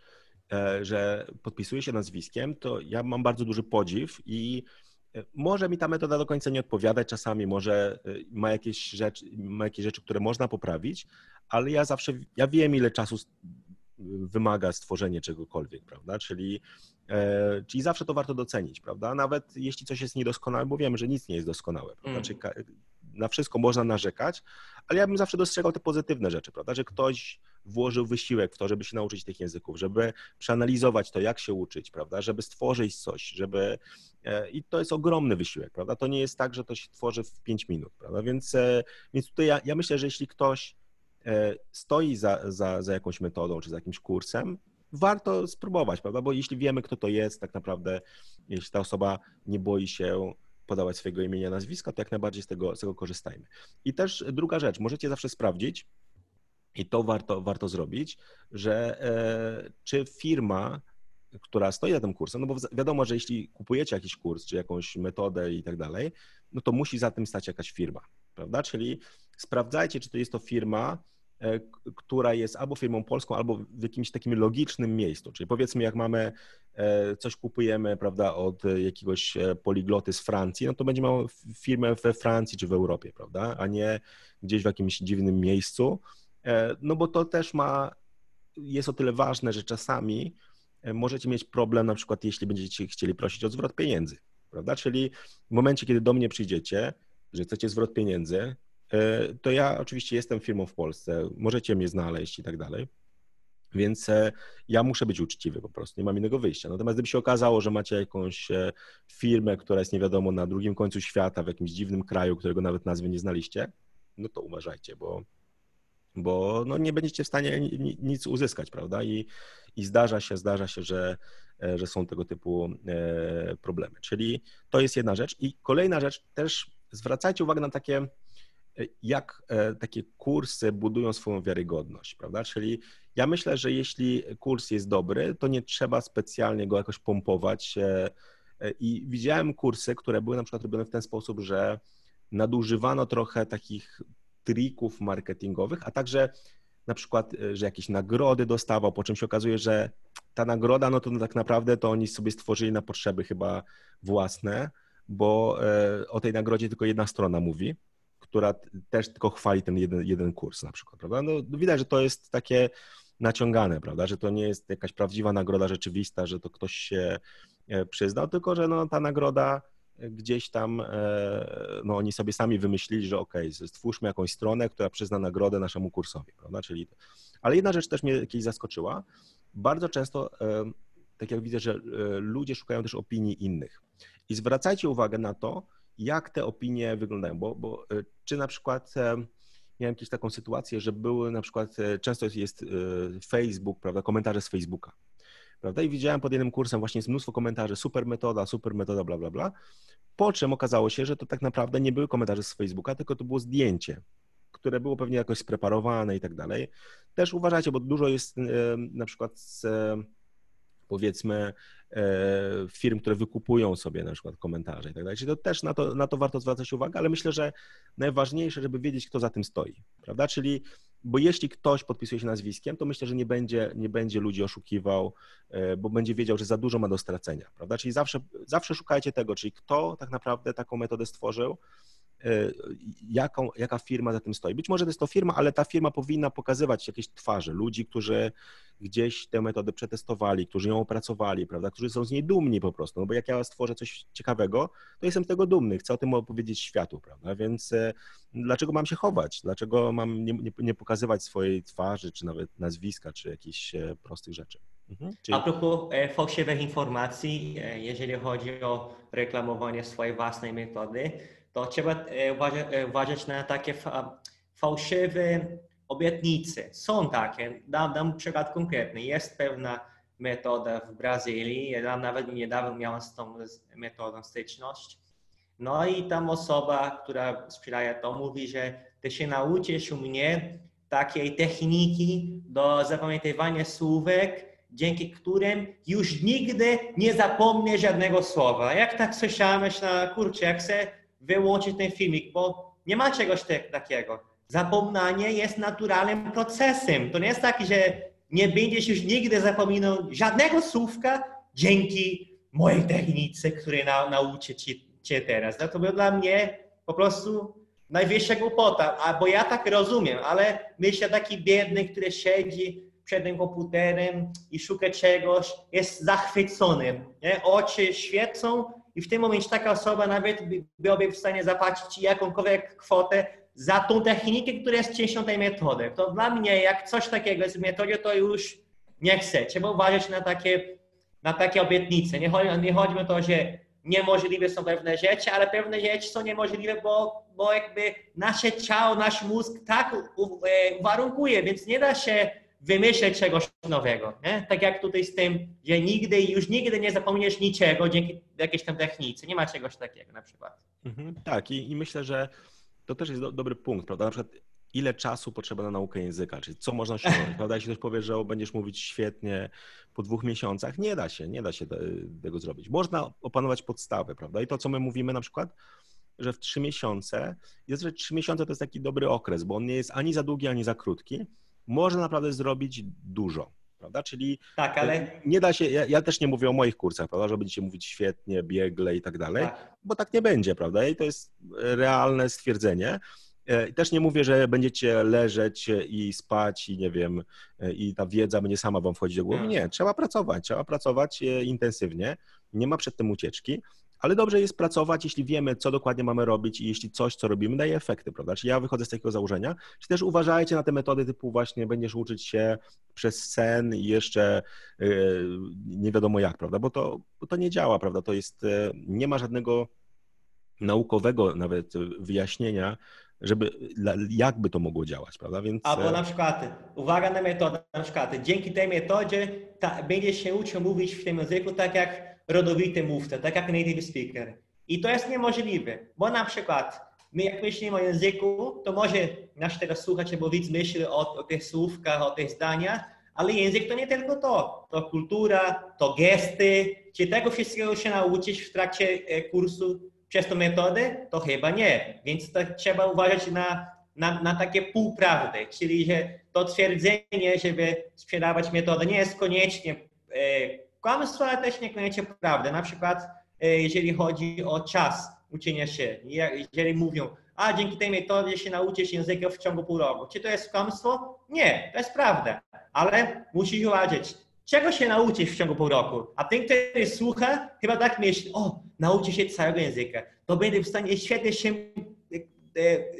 że podpisuje się nazwiskiem, to ja mam bardzo duży podziw i może mi ta metoda do końca nie odpowiadać czasami, może ma jakieś rzeczy, ma jakieś rzeczy, które można poprawić, ale ja zawsze, ja wiem, ile czasu wymaga stworzenie czegokolwiek, prawda, czyli, e, czyli zawsze to warto docenić, prawda, nawet jeśli coś jest niedoskonałe, bo wiemy, że nic nie jest doskonałe, prawda, mm. czyli na wszystko można narzekać, ale ja bym zawsze dostrzegał te pozytywne rzeczy, prawda, że ktoś włożył wysiłek w to, żeby się nauczyć tych języków, żeby przeanalizować to, jak się uczyć, prawda, żeby stworzyć coś, żeby e, i to jest ogromny wysiłek, prawda, to nie jest tak, że to się tworzy w pięć minut, prawda, więc, e, więc tutaj ja, ja myślę, że jeśli ktoś stoi za, za, za jakąś metodą czy za jakimś kursem, warto spróbować, prawda? Bo jeśli wiemy, kto to jest, tak naprawdę, jeśli ta osoba nie boi się podawać swojego imienia, nazwiska, to jak najbardziej z tego, z tego korzystajmy. I też druga rzecz, możecie zawsze sprawdzić, i to warto, warto zrobić, że e, czy firma, która stoi za tym kursem, no bo wiadomo, że jeśli kupujecie jakiś kurs, czy jakąś metodę i tak dalej, no to musi za tym stać jakaś firma, prawda? Czyli sprawdzajcie, czy to jest to firma, która jest albo firmą polską, albo w jakimś takim logicznym miejscu. Czyli powiedzmy, jak mamy, coś kupujemy, prawda, od jakiegoś poligloty z Francji, no to będzie miał firmę we Francji czy w Europie, prawda, a nie gdzieś w jakimś dziwnym miejscu, no bo to też ma, jest o tyle ważne, że czasami możecie mieć problem, na przykład jeśli będziecie chcieli prosić o zwrot pieniędzy, prawda, czyli w momencie, kiedy do mnie przyjdziecie, że chcecie zwrot pieniędzy, to ja oczywiście jestem firmą w Polsce, możecie mnie znaleźć i tak dalej, więc ja muszę być uczciwy po prostu, nie mam innego wyjścia. Natomiast gdyby się okazało, że macie jakąś firmę, która jest nie wiadomo na drugim końcu świata, w jakimś dziwnym kraju, którego nawet nazwy nie znaliście, no to uważajcie, bo, bo no nie będziecie w stanie nic uzyskać, prawda? I, i zdarza się, zdarza się, że, że są tego typu problemy. Czyli to jest jedna rzecz. I kolejna rzecz, też zwracajcie uwagę na takie jak takie kursy budują swoją wiarygodność, prawda? Czyli ja myślę, że jeśli kurs jest dobry, to nie trzeba specjalnie go jakoś pompować i widziałem kursy, które były na przykład robione w ten sposób, że nadużywano trochę takich trików marketingowych, a także na przykład, że jakieś nagrody dostawał, po czym się okazuje, że ta nagroda, no to tak naprawdę to oni sobie stworzyli na potrzeby chyba własne, bo o tej nagrodzie tylko jedna strona mówi, która też tylko chwali ten jeden, jeden kurs na przykład, prawda? No widać, że to jest takie naciągane, prawda, że to nie jest jakaś prawdziwa nagroda rzeczywista, że to ktoś się przyznał, tylko że no, ta nagroda gdzieś tam, no oni sobie sami wymyślili, że okej, okay, stwórzmy jakąś stronę, która przyzna nagrodę naszemu kursowi, prawda, czyli... Ale jedna rzecz też mnie jakieś zaskoczyła, bardzo często, tak jak widzę, że ludzie szukają też opinii innych i zwracajcie uwagę na to, jak te opinie wyglądają, bo, bo czy na przykład miałem jakąś taką sytuację, że były na przykład, często jest Facebook, prawda, komentarze z Facebooka, prawda, i widziałem pod jednym kursem właśnie jest mnóstwo komentarzy, super metoda, super metoda, bla, bla, bla, po czym okazało się, że to tak naprawdę nie były komentarze z Facebooka, tylko to było zdjęcie, które było pewnie jakoś spreparowane i tak dalej. Też uważajcie, bo dużo jest na przykład z, powiedzmy, firm, które wykupują sobie na przykład komentarze i tak dalej. Czyli to też na to, na to warto zwracać uwagę, ale myślę, że najważniejsze, żeby wiedzieć, kto za tym stoi, prawda? Czyli, bo jeśli ktoś podpisuje się nazwiskiem, to myślę, że nie będzie, nie będzie ludzi oszukiwał, bo będzie wiedział, że za dużo ma do stracenia, prawda? Czyli zawsze, zawsze szukajcie tego, czyli kto tak naprawdę taką metodę stworzył, Jaką, jaka firma za tym stoi. Być może to jest to firma, ale ta firma powinna pokazywać jakieś twarze ludzi, którzy gdzieś tę metodę przetestowali, którzy ją opracowali, prawda, którzy są z niej dumni po prostu, no bo jak ja stworzę coś ciekawego, to jestem z tego dumny, chcę o tym opowiedzieć światu, prawda, więc dlaczego mam się chować, dlaczego mam nie, nie, nie pokazywać swojej twarzy, czy nawet nazwiska, czy jakichś prostych rzeczy. Mhm. Czyli... A propos e, fałszywych informacji, e, jeżeli chodzi o reklamowanie swojej własnej metody, to trzeba uważać na takie fałszywe obietnice. Są takie, dam, dam przykład konkretny. Jest pewna metoda w Brazylii, ja nawet niedawno miałem z tą metodą styczność. No i tam osoba, która sprzedaje to, mówi, że ty się nauczysz u mnie takiej techniki do zapamiętywania słówek, dzięki którym już nigdy nie zapomnę żadnego słowa. Jak tak słyszałem, myślałem, kurczę, jak chcę wyłączyć ten filmik, bo nie ma czegoś takiego. Zapominanie jest naturalnym procesem. To nie jest tak, że nie będziesz już nigdy zapominał żadnego słówka dzięki mojej technice, której na, nauczę ci, cię teraz. No to było dla mnie po prostu najwyższa głupota, a, bo ja tak rozumiem, ale myślę, taki biedny, który siedzi przed tym komputerem i szuka czegoś, jest zachwycony, nie? Oczy świecą i w tym momencie taka osoba nawet byłaby w stanie zapłacić ci jakąkolwiek kwotę za tą technikę, która jest częścią tej metody. To dla mnie, jak coś takiego jest w metodzie, to już nie chcę. Trzeba uważać na takie, na takie obietnice. Nie chodzi, nie chodzi o to, że niemożliwe są pewne rzeczy, ale pewne rzeczy są niemożliwe, bo, bo jakby nasze ciało, nasz mózg tak uwarunkuje, więc nie da się wymyśleć czegoś nowego. Nie? Tak jak tutaj z tym, że nigdy, już nigdy nie zapomniesz niczego dzięki jakiejś tam technice. Nie ma czegoś takiego na przykład. Mhm, tak i, i myślę, że to też jest do, dobry punkt, prawda? Na przykład ile czasu potrzeba na naukę języka, czyli co można osiągnąć, prawda? Jeśli ktoś powie, że będziesz mówić świetnie po dwóch miesiącach, nie da się, nie da się tego zrobić. Można opanować podstawy, prawda? I to, co my mówimy na przykład, że w trzy miesiące, jest, że trzy miesiące to jest taki dobry okres, bo on nie jest ani za długi, ani za krótki. Można naprawdę zrobić dużo, prawda? Czyli tak, ale... nie da się, ja, ja też nie mówię o moich kursach, prawda, że będziecie mówić świetnie, biegle i tak dalej, tak. Bo tak nie będzie, prawda? I to jest realne stwierdzenie. I też nie mówię, że będziecie leżeć i spać i nie wiem, i ta wiedza będzie sama wam wchodzić do głowy. Nie, trzeba pracować, trzeba pracować intensywnie, nie ma przed tym ucieczki, ale dobrze jest pracować, jeśli wiemy, co dokładnie mamy robić i jeśli coś, co robimy, daje efekty, prawda? Czyli ja wychodzę z takiego założenia, czy też uważajcie na te metody typu właśnie będziesz uczyć się przez sen i jeszcze yy, nie wiadomo jak, prawda? Bo to, bo to nie działa, prawda? To jest, yy, nie ma żadnego naukowego nawet wyjaśnienia, żeby, jakby to mogło działać, prawda? Więc... Albo na przykład, uwaga na metodę, na przykład dzięki tej metodzie ta, będziesz się uczył mówić w tym języku tak jak rodowity mówca, tak jak native speaker. I to jest niemożliwe, bo na przykład my jak myślimy o języku, to może nasz teraz słuchacz albo widz myśli o, o tych słówkach, o tych zdaniach, ale język to nie tylko to. To kultura, to gesty. Czy tego wszystkiego się nauczyć w trakcie kursu przez tą metodę? To chyba nie. Więc to trzeba uważać na, na, na takie półprawdy. Czyli że to twierdzenie, żeby sprzedawać metodę nie jest koniecznie e, kłamstwo, ale też niekoniecznie prawda. Na przykład e, jeżeli chodzi o czas uczenia się. Jeżeli mówią, a dzięki tej metodzie się nauczysz języka w ciągu pół roku. Czy to jest kłamstwo? Nie, to jest prawda. Ale musisz uważać, czego się nauczysz w ciągu pół roku. A ten, który słucha, chyba tak myśli, o, nauczy się całego języka. To będę w stanie świetnie się e,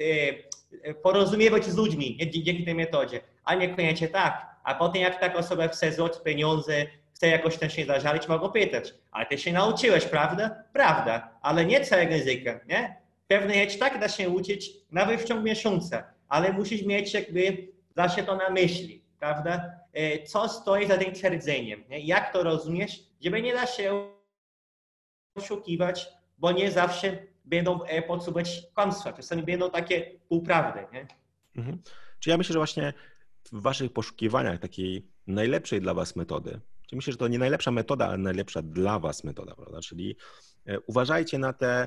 e, e, porozumiewać z ludźmi dzięki tej metodzie. A niekoniecznie tak. A potem jak taka osoba chce zwrócić pieniądze chce jakoś ten się zażalić, mogą pytać, ale ty się nauczyłeś, prawda? Prawda, ale nie całego języka, nie? Pewne rzeczy tak da się uczyć nawet w ciągu miesiąca, ale musisz mieć jakby zawsze to na myśli, prawda? Co stoi za tym twierdzeniem, nie? Jak to rozumiesz, żeby nie da się oszukiwać, bo nie zawsze będą podsuwać kłamstwa, czasami będą takie półprawdy, nie? Mhm. Czyli ja myślę, że właśnie w waszych poszukiwaniach takiej najlepszej dla was metody, czyli myślę, że to nie najlepsza metoda, ale najlepsza dla was metoda, prawda? Czyli uważajcie na te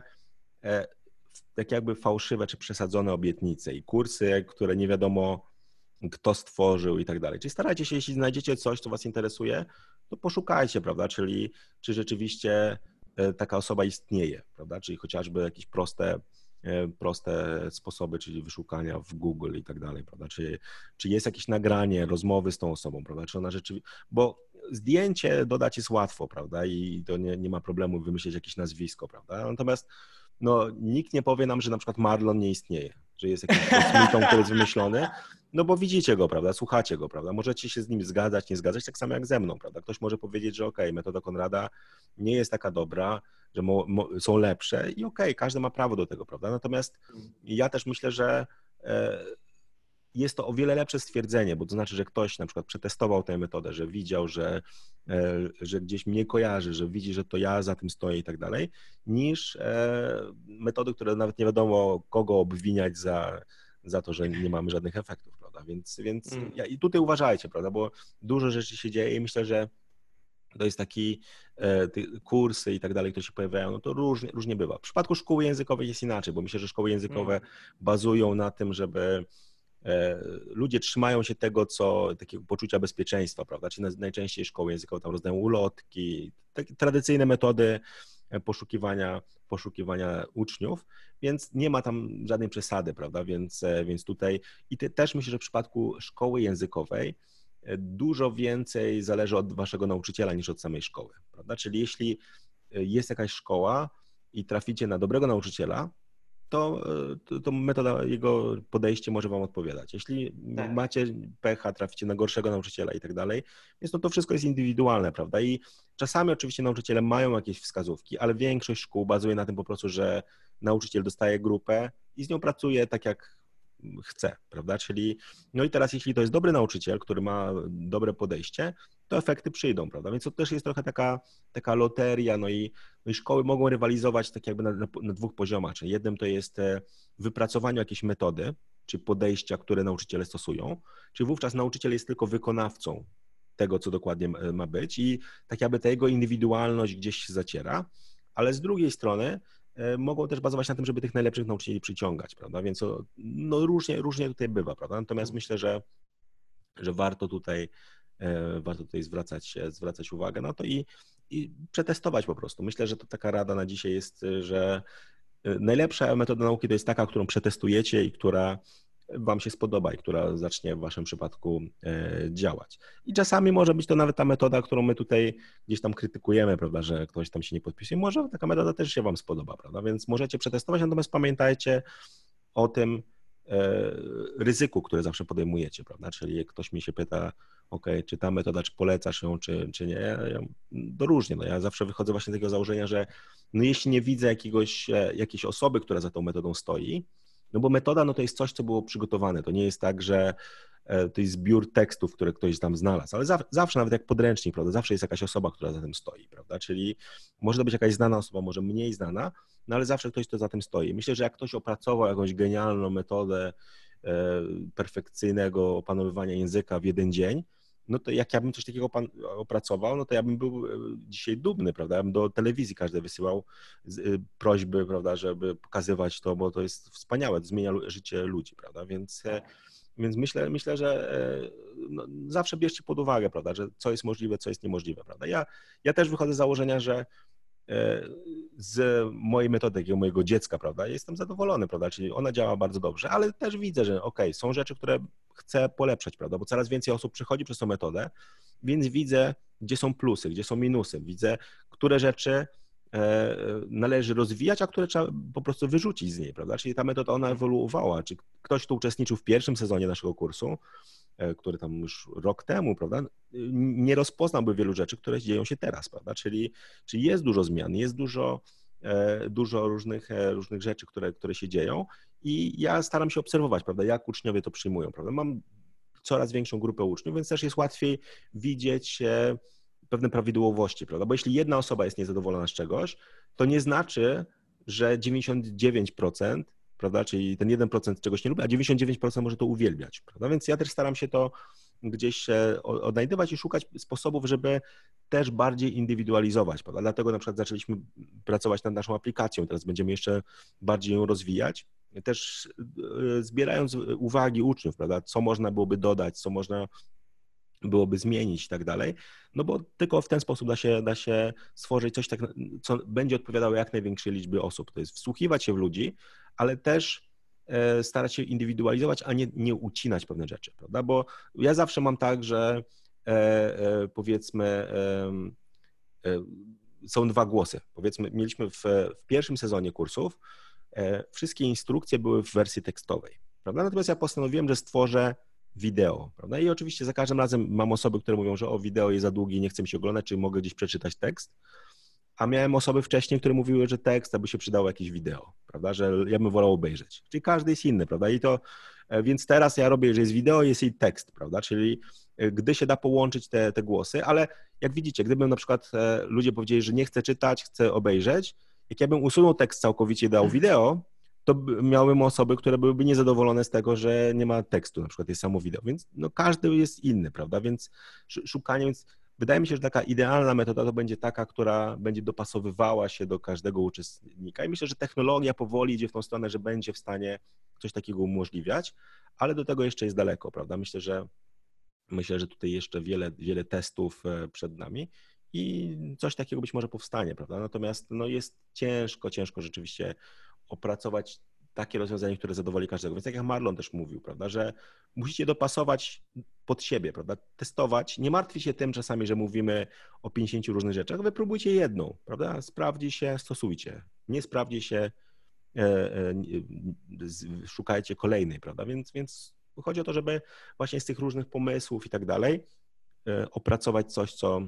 tak jakby fałszywe czy przesadzone obietnice i kursy, które nie wiadomo kto stworzył i tak dalej. Czyli starajcie się, jeśli znajdziecie coś, co was interesuje, to poszukajcie, prawda? Czyli czy rzeczywiście taka osoba istnieje, prawda? Czyli chociażby jakieś proste proste sposoby, czyli wyszukania w Google i tak dalej, prawda? Czy, czy jest jakieś nagranie, rozmowy z tą osobą, prawda? Czy ona rzeczywiście, bo zdjęcie dodać jest łatwo, prawda? I to nie, nie ma problemu wymyślić jakieś nazwisko, prawda? Natomiast no, nikt nie powie nam, że na przykład Marlon nie istnieje, że jest jakimś kosmitą, który jest wymyślony, no bo widzicie go, prawda? Słuchacie go, prawda? Możecie się z nim zgadzać, nie zgadzać, tak samo jak ze mną, prawda? Ktoś może powiedzieć, że okej, okay, metoda Konrada nie jest taka dobra, że mo, mo, są lepsze i okej, okay, każdy ma prawo do tego, prawda? Natomiast ja też myślę, że e, jest to o wiele lepsze stwierdzenie, bo to znaczy, że ktoś na przykład przetestował tę metodę, że widział, że, e, że gdzieś mnie kojarzy, że widzi, że to ja za tym stoję i tak dalej, niż e, metody, które nawet nie wiadomo kogo obwiniać za, za to, że nie mamy żadnych efektów, prawda? Więc, więc Mm. ja, i tutaj uważajcie, prawda, bo dużo rzeczy się dzieje i myślę, że to jest taki e, kursy i tak dalej, które się pojawiają, no to różnie, różnie bywa. W przypadku szkół językowych jest inaczej, bo myślę, że szkoły językowe mm. bazują na tym, żeby e, ludzie trzymają się tego, co takiego poczucia bezpieczeństwa, prawda? Czyli najczęściej szkoły językowe tam rozdają ulotki, takie tradycyjne metody poszukiwania, poszukiwania uczniów, więc nie ma tam żadnej przesady, prawda? Więc, więc tutaj i te, też myślę, że w przypadku szkoły językowej dużo więcej zależy od waszego nauczyciela niż od samej szkoły, prawda? Czyli jeśli jest jakaś szkoła i traficie na dobrego nauczyciela, to, to, to metoda, jego podejście może wam odpowiadać. Jeśli tak. macie pecha, traficie na gorszego nauczyciela i tak dalej, więc no to wszystko jest indywidualne, prawda? I czasami oczywiście nauczyciele mają jakieś wskazówki, ale większość szkół bazuje na tym po prostu, że nauczyciel dostaje grupę i z nią pracuje tak jak chce, prawda? Czyli no i teraz jeśli to jest dobry nauczyciel, który ma dobre podejście, to efekty przyjdą, prawda? Więc to też jest trochę taka, taka loteria, no i, no i szkoły mogą rywalizować tak jakby na, na, na dwóch poziomach, czyli jednym to jest wypracowanie jakiejś metody, czy podejścia, które nauczyciele stosują, czyli wówczas nauczyciel jest tylko wykonawcą tego, co dokładnie ma być i tak jakby ta jego indywidualność gdzieś się zaciera, ale z drugiej strony mogą też bazować na tym, żeby tych najlepszych nauczycieli przyciągać, prawda? Więc no różnie, różnie tutaj bywa, prawda? Natomiast myślę, że, że warto tutaj warto tutaj zwracać, zwracać uwagę na to i, i przetestować po prostu. Myślę, że to taka rada na dzisiaj jest, że najlepsza metoda nauki to jest taka, którą przetestujecie i która wam się spodoba i która zacznie w waszym przypadku działać. I czasami może być to nawet ta metoda, którą my tutaj gdzieś tam krytykujemy, prawda, że ktoś tam się nie podpisuje. Może taka metoda też się wam spodoba, prawda, więc możecie przetestować, natomiast pamiętajcie o tym ryzyku, które zawsze podejmujecie, prawda, czyli jak ktoś mnie się pyta, ok, czy ta metoda, czy polecasz ją, czy, czy nie, ja, to różnie, no ja zawsze wychodzę właśnie z takiego założenia, że no jeśli nie widzę jakiegoś, jakiejś osoby, która za tą metodą stoi, no bo metoda no to jest coś, co było przygotowane. To nie jest tak, że to jest zbiór tekstów, które ktoś tam znalazł, ale za, zawsze, nawet jak podręcznik, prawda, zawsze jest jakaś osoba, która za tym stoi, prawda, czyli może to być jakaś znana osoba, może mniej znana, no ale zawsze ktoś, kto za tym stoi. Myślę, że jak ktoś opracował jakąś genialną metodę e, perfekcyjnego opanowywania języka w jeden dzień, no to jak ja bym coś takiego pan, opracował, no to ja bym był dzisiaj dumny, prawda, ja bym do telewizji każdy wysyłał z, prośby, prawda, żeby pokazywać to, bo to jest wspaniałe, to zmienia życie ludzi, prawda, więc, więc myślę, myślę, że no, zawsze bierzcie pod uwagę, prawda, że co jest możliwe, co jest niemożliwe, prawda. Ja, ja też wychodzę z założenia, że z mojej metody, takiego mojego dziecka, prawda, jestem zadowolony, prawda, czyli ona działa bardzo dobrze, ale też widzę, że okej, okay, są rzeczy, które chcę polepszać, prawda, bo coraz więcej osób przychodzi przez tą metodę, więc widzę, gdzie są plusy, gdzie są minusy, widzę, które rzeczy należy rozwijać, a które trzeba po prostu wyrzucić z niej, prawda, czyli ta metoda, ona ewoluowała, czy ktoś, kto uczestniczył w pierwszym sezonie naszego kursu, który tam już rok temu, prawda, nie rozpoznałby wielu rzeczy, które dzieją się teraz, prawda, czyli, czyli jest dużo zmian, jest dużo, dużo różnych, różnych rzeczy, które, które się dzieją i ja staram się obserwować, prawda, jak uczniowie to przyjmują, prawda, mam coraz większą grupę uczniów, więc też jest łatwiej widzieć pewne prawidłowości, prawda, bo jeśli jedna osoba jest niezadowolona z czegoś, to nie znaczy, że dziewięćdziesiąt dziewięć procent, prawda, czyli ten jeden procent czegoś nie lubi, a dziewięćdziesiąt dziewięć procent może to uwielbiać, prawda, więc ja też staram się to gdzieś odnajdywać i szukać sposobów, żeby też bardziej indywidualizować, prawda, dlatego na przykład zaczęliśmy pracować nad naszą aplikacją, teraz będziemy jeszcze bardziej ją rozwijać, też zbierając uwagi uczniów, prawda, co można byłoby dodać, co można byłoby zmienić i tak dalej, no bo tylko w ten sposób da się, da się stworzyć coś, tak, co będzie odpowiadało jak największej liczbie osób. To jest wsłuchiwać się w ludzi, ale też starać się indywidualizować, a nie, nie ucinać pewne rzeczy, prawda? Bo ja zawsze mam tak, że e, e, powiedzmy e, e, są dwa głosy. Powiedzmy, mieliśmy w, w pierwszym sezonie kursów e, wszystkie instrukcje były w wersji tekstowej, prawda? Natomiast ja postanowiłem, że stworzę wideo, prawda? I oczywiście za każdym razem mam osoby, które mówią, że o, wideo jest za długie, nie chcę mi się oglądać, czy mogę gdzieś przeczytać tekst, a miałem osoby wcześniej, które mówiły, że tekst, aby się przydało jakieś wideo, prawda? Że ja bym wolał obejrzeć. Czyli każdy jest inny, prawda? I to, więc teraz ja robię, że jest wideo, jest i tekst, prawda? Czyli gdy się da połączyć te, te głosy, ale jak widzicie, gdybym na przykład ludzie powiedzieli, że nie chcę czytać, chcę obejrzeć, jak ja bym usunął tekst całkowicie i dał wideo, to miałbym osoby, które byłyby niezadowolone z tego, że nie ma tekstu, na przykład jest samo wideo, więc no każdy jest inny, prawda, więc szukanie, więc wydaje mi się, że taka idealna metoda to będzie taka, która będzie dopasowywała się do każdego uczestnika i myślę, że technologia powoli idzie w tą stronę, że będzie w stanie coś takiego umożliwiać, ale do tego jeszcze jest daleko, prawda, myślę, że myślę, że tutaj jeszcze wiele, wiele testów przed nami i coś takiego być może powstanie, prawda, natomiast no jest ciężko, ciężko rzeczywiście opracować takie rozwiązanie, które zadowoli każdego. Więc tak jak Marlon też mówił, prawda, że musicie dopasować pod siebie, prawda, testować, nie martwić się tym czasami, że mówimy o pięćdziesięciu różnych rzeczach, wypróbujcie jedną, prawda, sprawdzi się, stosujcie, nie sprawdzi się, e, e, szukajcie kolejnej, prawda, więc, więc chodzi o to, żeby właśnie z tych różnych pomysłów i tak dalej e, opracować coś, co,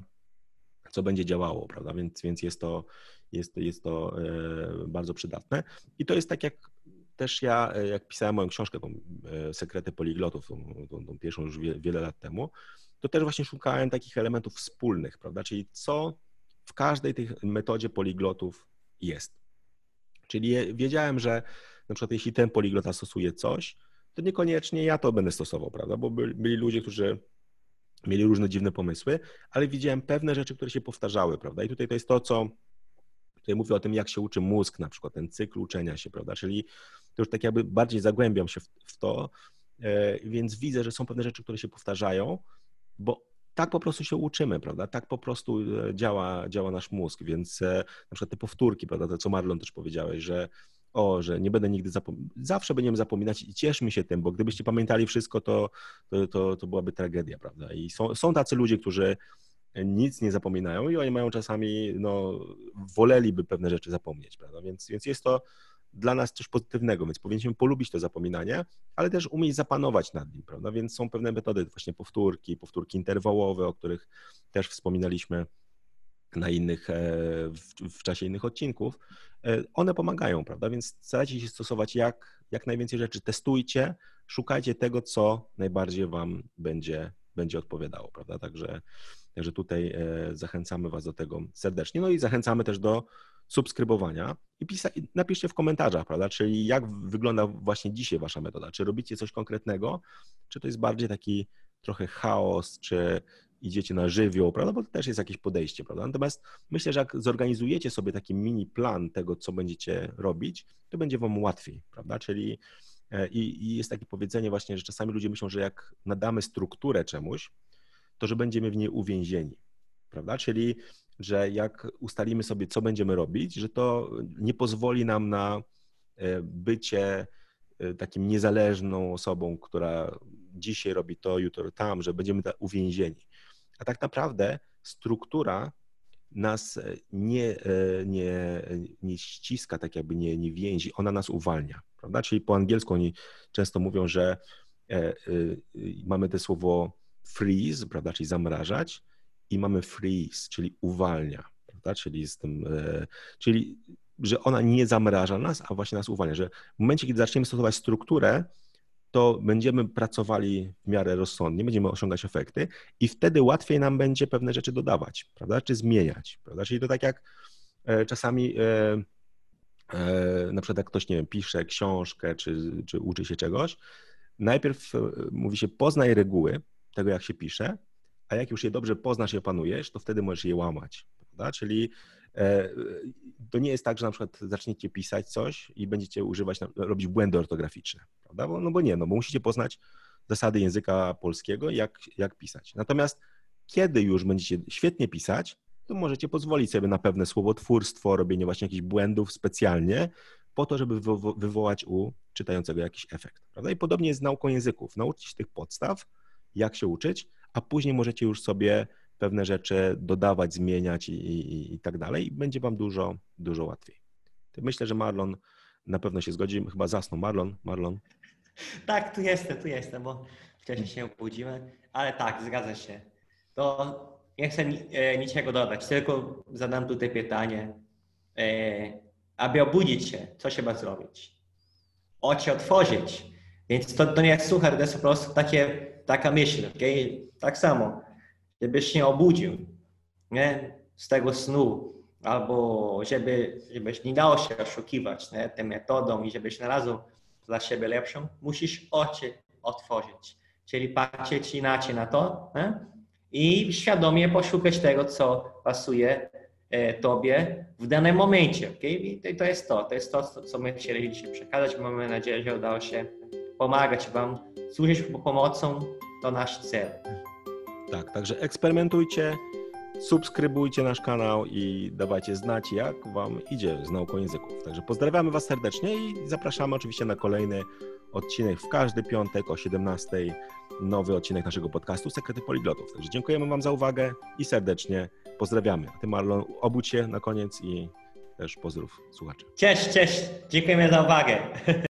co będzie działało, prawda, więc, więc jest to Jest, jest to bardzo przydatne. I to jest tak, jak też ja, jak pisałem moją książkę, tą Sekrety Poliglotów, tą, tą, tą pierwszą już wie, wiele lat temu, to też właśnie szukałem takich elementów wspólnych, prawda, czyli co w każdej tej metodzie poliglotów jest. Czyli wiedziałem, że na przykład jeśli ten poliglota stosuje coś, to niekoniecznie ja to będę stosował, prawda, bo byli, byli ludzie, którzy mieli różne dziwne pomysły, ale widziałem pewne rzeczy, które się powtarzały, prawda, i tutaj to jest to, co tutaj mówię o tym, jak się uczy mózg, na przykład ten cykl uczenia się, prawda, czyli to już tak jakby bardziej zagłębiam się w, w to, więc widzę, że są pewne rzeczy, które się powtarzają, bo tak po prostu się uczymy, prawda, tak po prostu działa, działa nasz mózg, więc na przykład te powtórki, prawda, to co Marlon też powiedziałeś, że o, że nie będę nigdy zapominać, zawsze będziemy zapominać i cieszmy się tym, bo gdybyście pamiętali wszystko, to, to, to, to byłaby tragedia, prawda, i są, są tacy ludzie, którzy nic nie zapominają i oni mają czasami, no, woleliby pewne rzeczy zapomnieć, prawda? Więc, więc jest to dla nas coś pozytywnego, więc powinniśmy polubić to zapominanie, ale też umieć zapanować nad nim, prawda? Więc są pewne metody, właśnie powtórki, powtórki interwałowe, o których też wspominaliśmy na innych, w, w czasie innych odcinków. One pomagają, prawda? Więc starajcie się stosować jak, jak najwięcej rzeczy, testujcie, szukajcie tego, co najbardziej wam będzie, będzie odpowiadało, prawda? Także Także tutaj zachęcamy was do tego serdecznie. No i zachęcamy też do subskrybowania i pisa- napiszcie w komentarzach, prawda, czyli jak wygląda właśnie dzisiaj wasza metoda. Czy robicie coś konkretnego, czy to jest bardziej taki trochę chaos, czy idziecie na żywioł, prawda, bo to też jest jakieś podejście, prawda. Natomiast myślę, że jak zorganizujecie sobie taki mini plan tego, co będziecie robić, to będzie wam łatwiej, prawda, czyli i, i jest takie powiedzenie właśnie, że czasami ludzie myślą, że jak nadamy strukturę czemuś, to że będziemy w niej uwięzieni, prawda? Czyli, że jak ustalimy sobie, co będziemy robić, że to nie pozwoli nam na bycie takim niezależną osobą, która dzisiaj robi to, jutro tam, że będziemy uwięzieni. A tak naprawdę struktura nas nie, nie, nie ściska, tak jakby nie, nie więzi, ona nas uwalnia, prawda? Czyli po angielsku oni często mówią, że mamy to słowo freeze, prawda, czyli zamrażać, i mamy freeze, czyli uwalnia, prawda, czyli, z tym, czyli że ona nie zamraża nas, a właśnie nas uwalnia, że w momencie, kiedy zaczniemy stosować strukturę, to będziemy pracowali w miarę rozsądnie, będziemy osiągać efekty i wtedy łatwiej nam będzie pewne rzeczy dodawać, prawda, czy zmieniać, prawda, czyli to tak jak czasami na przykład jak ktoś, nie wiem, pisze książkę, czy, czy uczy się czegoś, najpierw mówi się poznaj reguły tego, jak się pisze, a jak już je dobrze poznasz i opanujesz, to wtedy możesz je łamać, prawda, czyli to nie jest tak, że na przykład zaczniecie pisać coś i będziecie używać, robić błędy ortograficzne, prawda? Bo, no bo nie, no bo musicie poznać zasady języka polskiego, jak, jak pisać. Natomiast kiedy już będziecie świetnie pisać, to możecie pozwolić sobie na pewne słowotwórstwo, robienie właśnie jakichś błędów specjalnie po to, żeby wywo- wywołać u czytającego jakiś efekt, prawda? I podobnie jest z nauką języków. Nauczcie się tych podstaw, jak się uczyć, a później możecie już sobie pewne rzeczy dodawać, zmieniać i, i, i tak dalej i będzie wam dużo, dużo łatwiej. Myślę, że Marlon na pewno się zgodzi. Chyba zasnął. Marlon, Marlon. Tak, tu jestem, tu jestem, bo wcześniej się obudziłem, ale tak, zgadza się. To nie chcę niczego dodać, tylko zadam tutaj pytanie. Aby obudzić się, co trzeba zrobić? Oczy otworzyć. Więc to, to nie jest suchar, to jest po prostu takie, taka myśl. Okay? Tak samo. Żebyś się obudził, nie? Z tego snu, albo żeby, żebyś nie dało się oszukiwać, nie? Tą metodą i żebyś znalazł dla siebie lepszą, musisz oczy otworzyć, czyli patrzeć inaczej na to, nie? I świadomie poszukać tego, co pasuje e, tobie w danym momencie. Okay? I to jest to, to jest to, co my chcieli dzisiaj przekazać. Mamy nadzieję, że udało się pomagać wam, służyć pomocą, to nasz cel. Tak, także eksperymentujcie, subskrybujcie nasz kanał i dawajcie znać, jak wam idzie z nauką języków. Także pozdrawiamy was serdecznie i zapraszamy oczywiście na kolejny odcinek w każdy piątek o siedemnastej. Nowy odcinek naszego podcastu Sekrety Poliglotów. Także dziękujemy wam za uwagę i serdecznie pozdrawiamy. A ty, Marlon, obudź się na koniec i też pozdrów słuchaczy. Cześć, cześć. Dziękujemy za uwagę.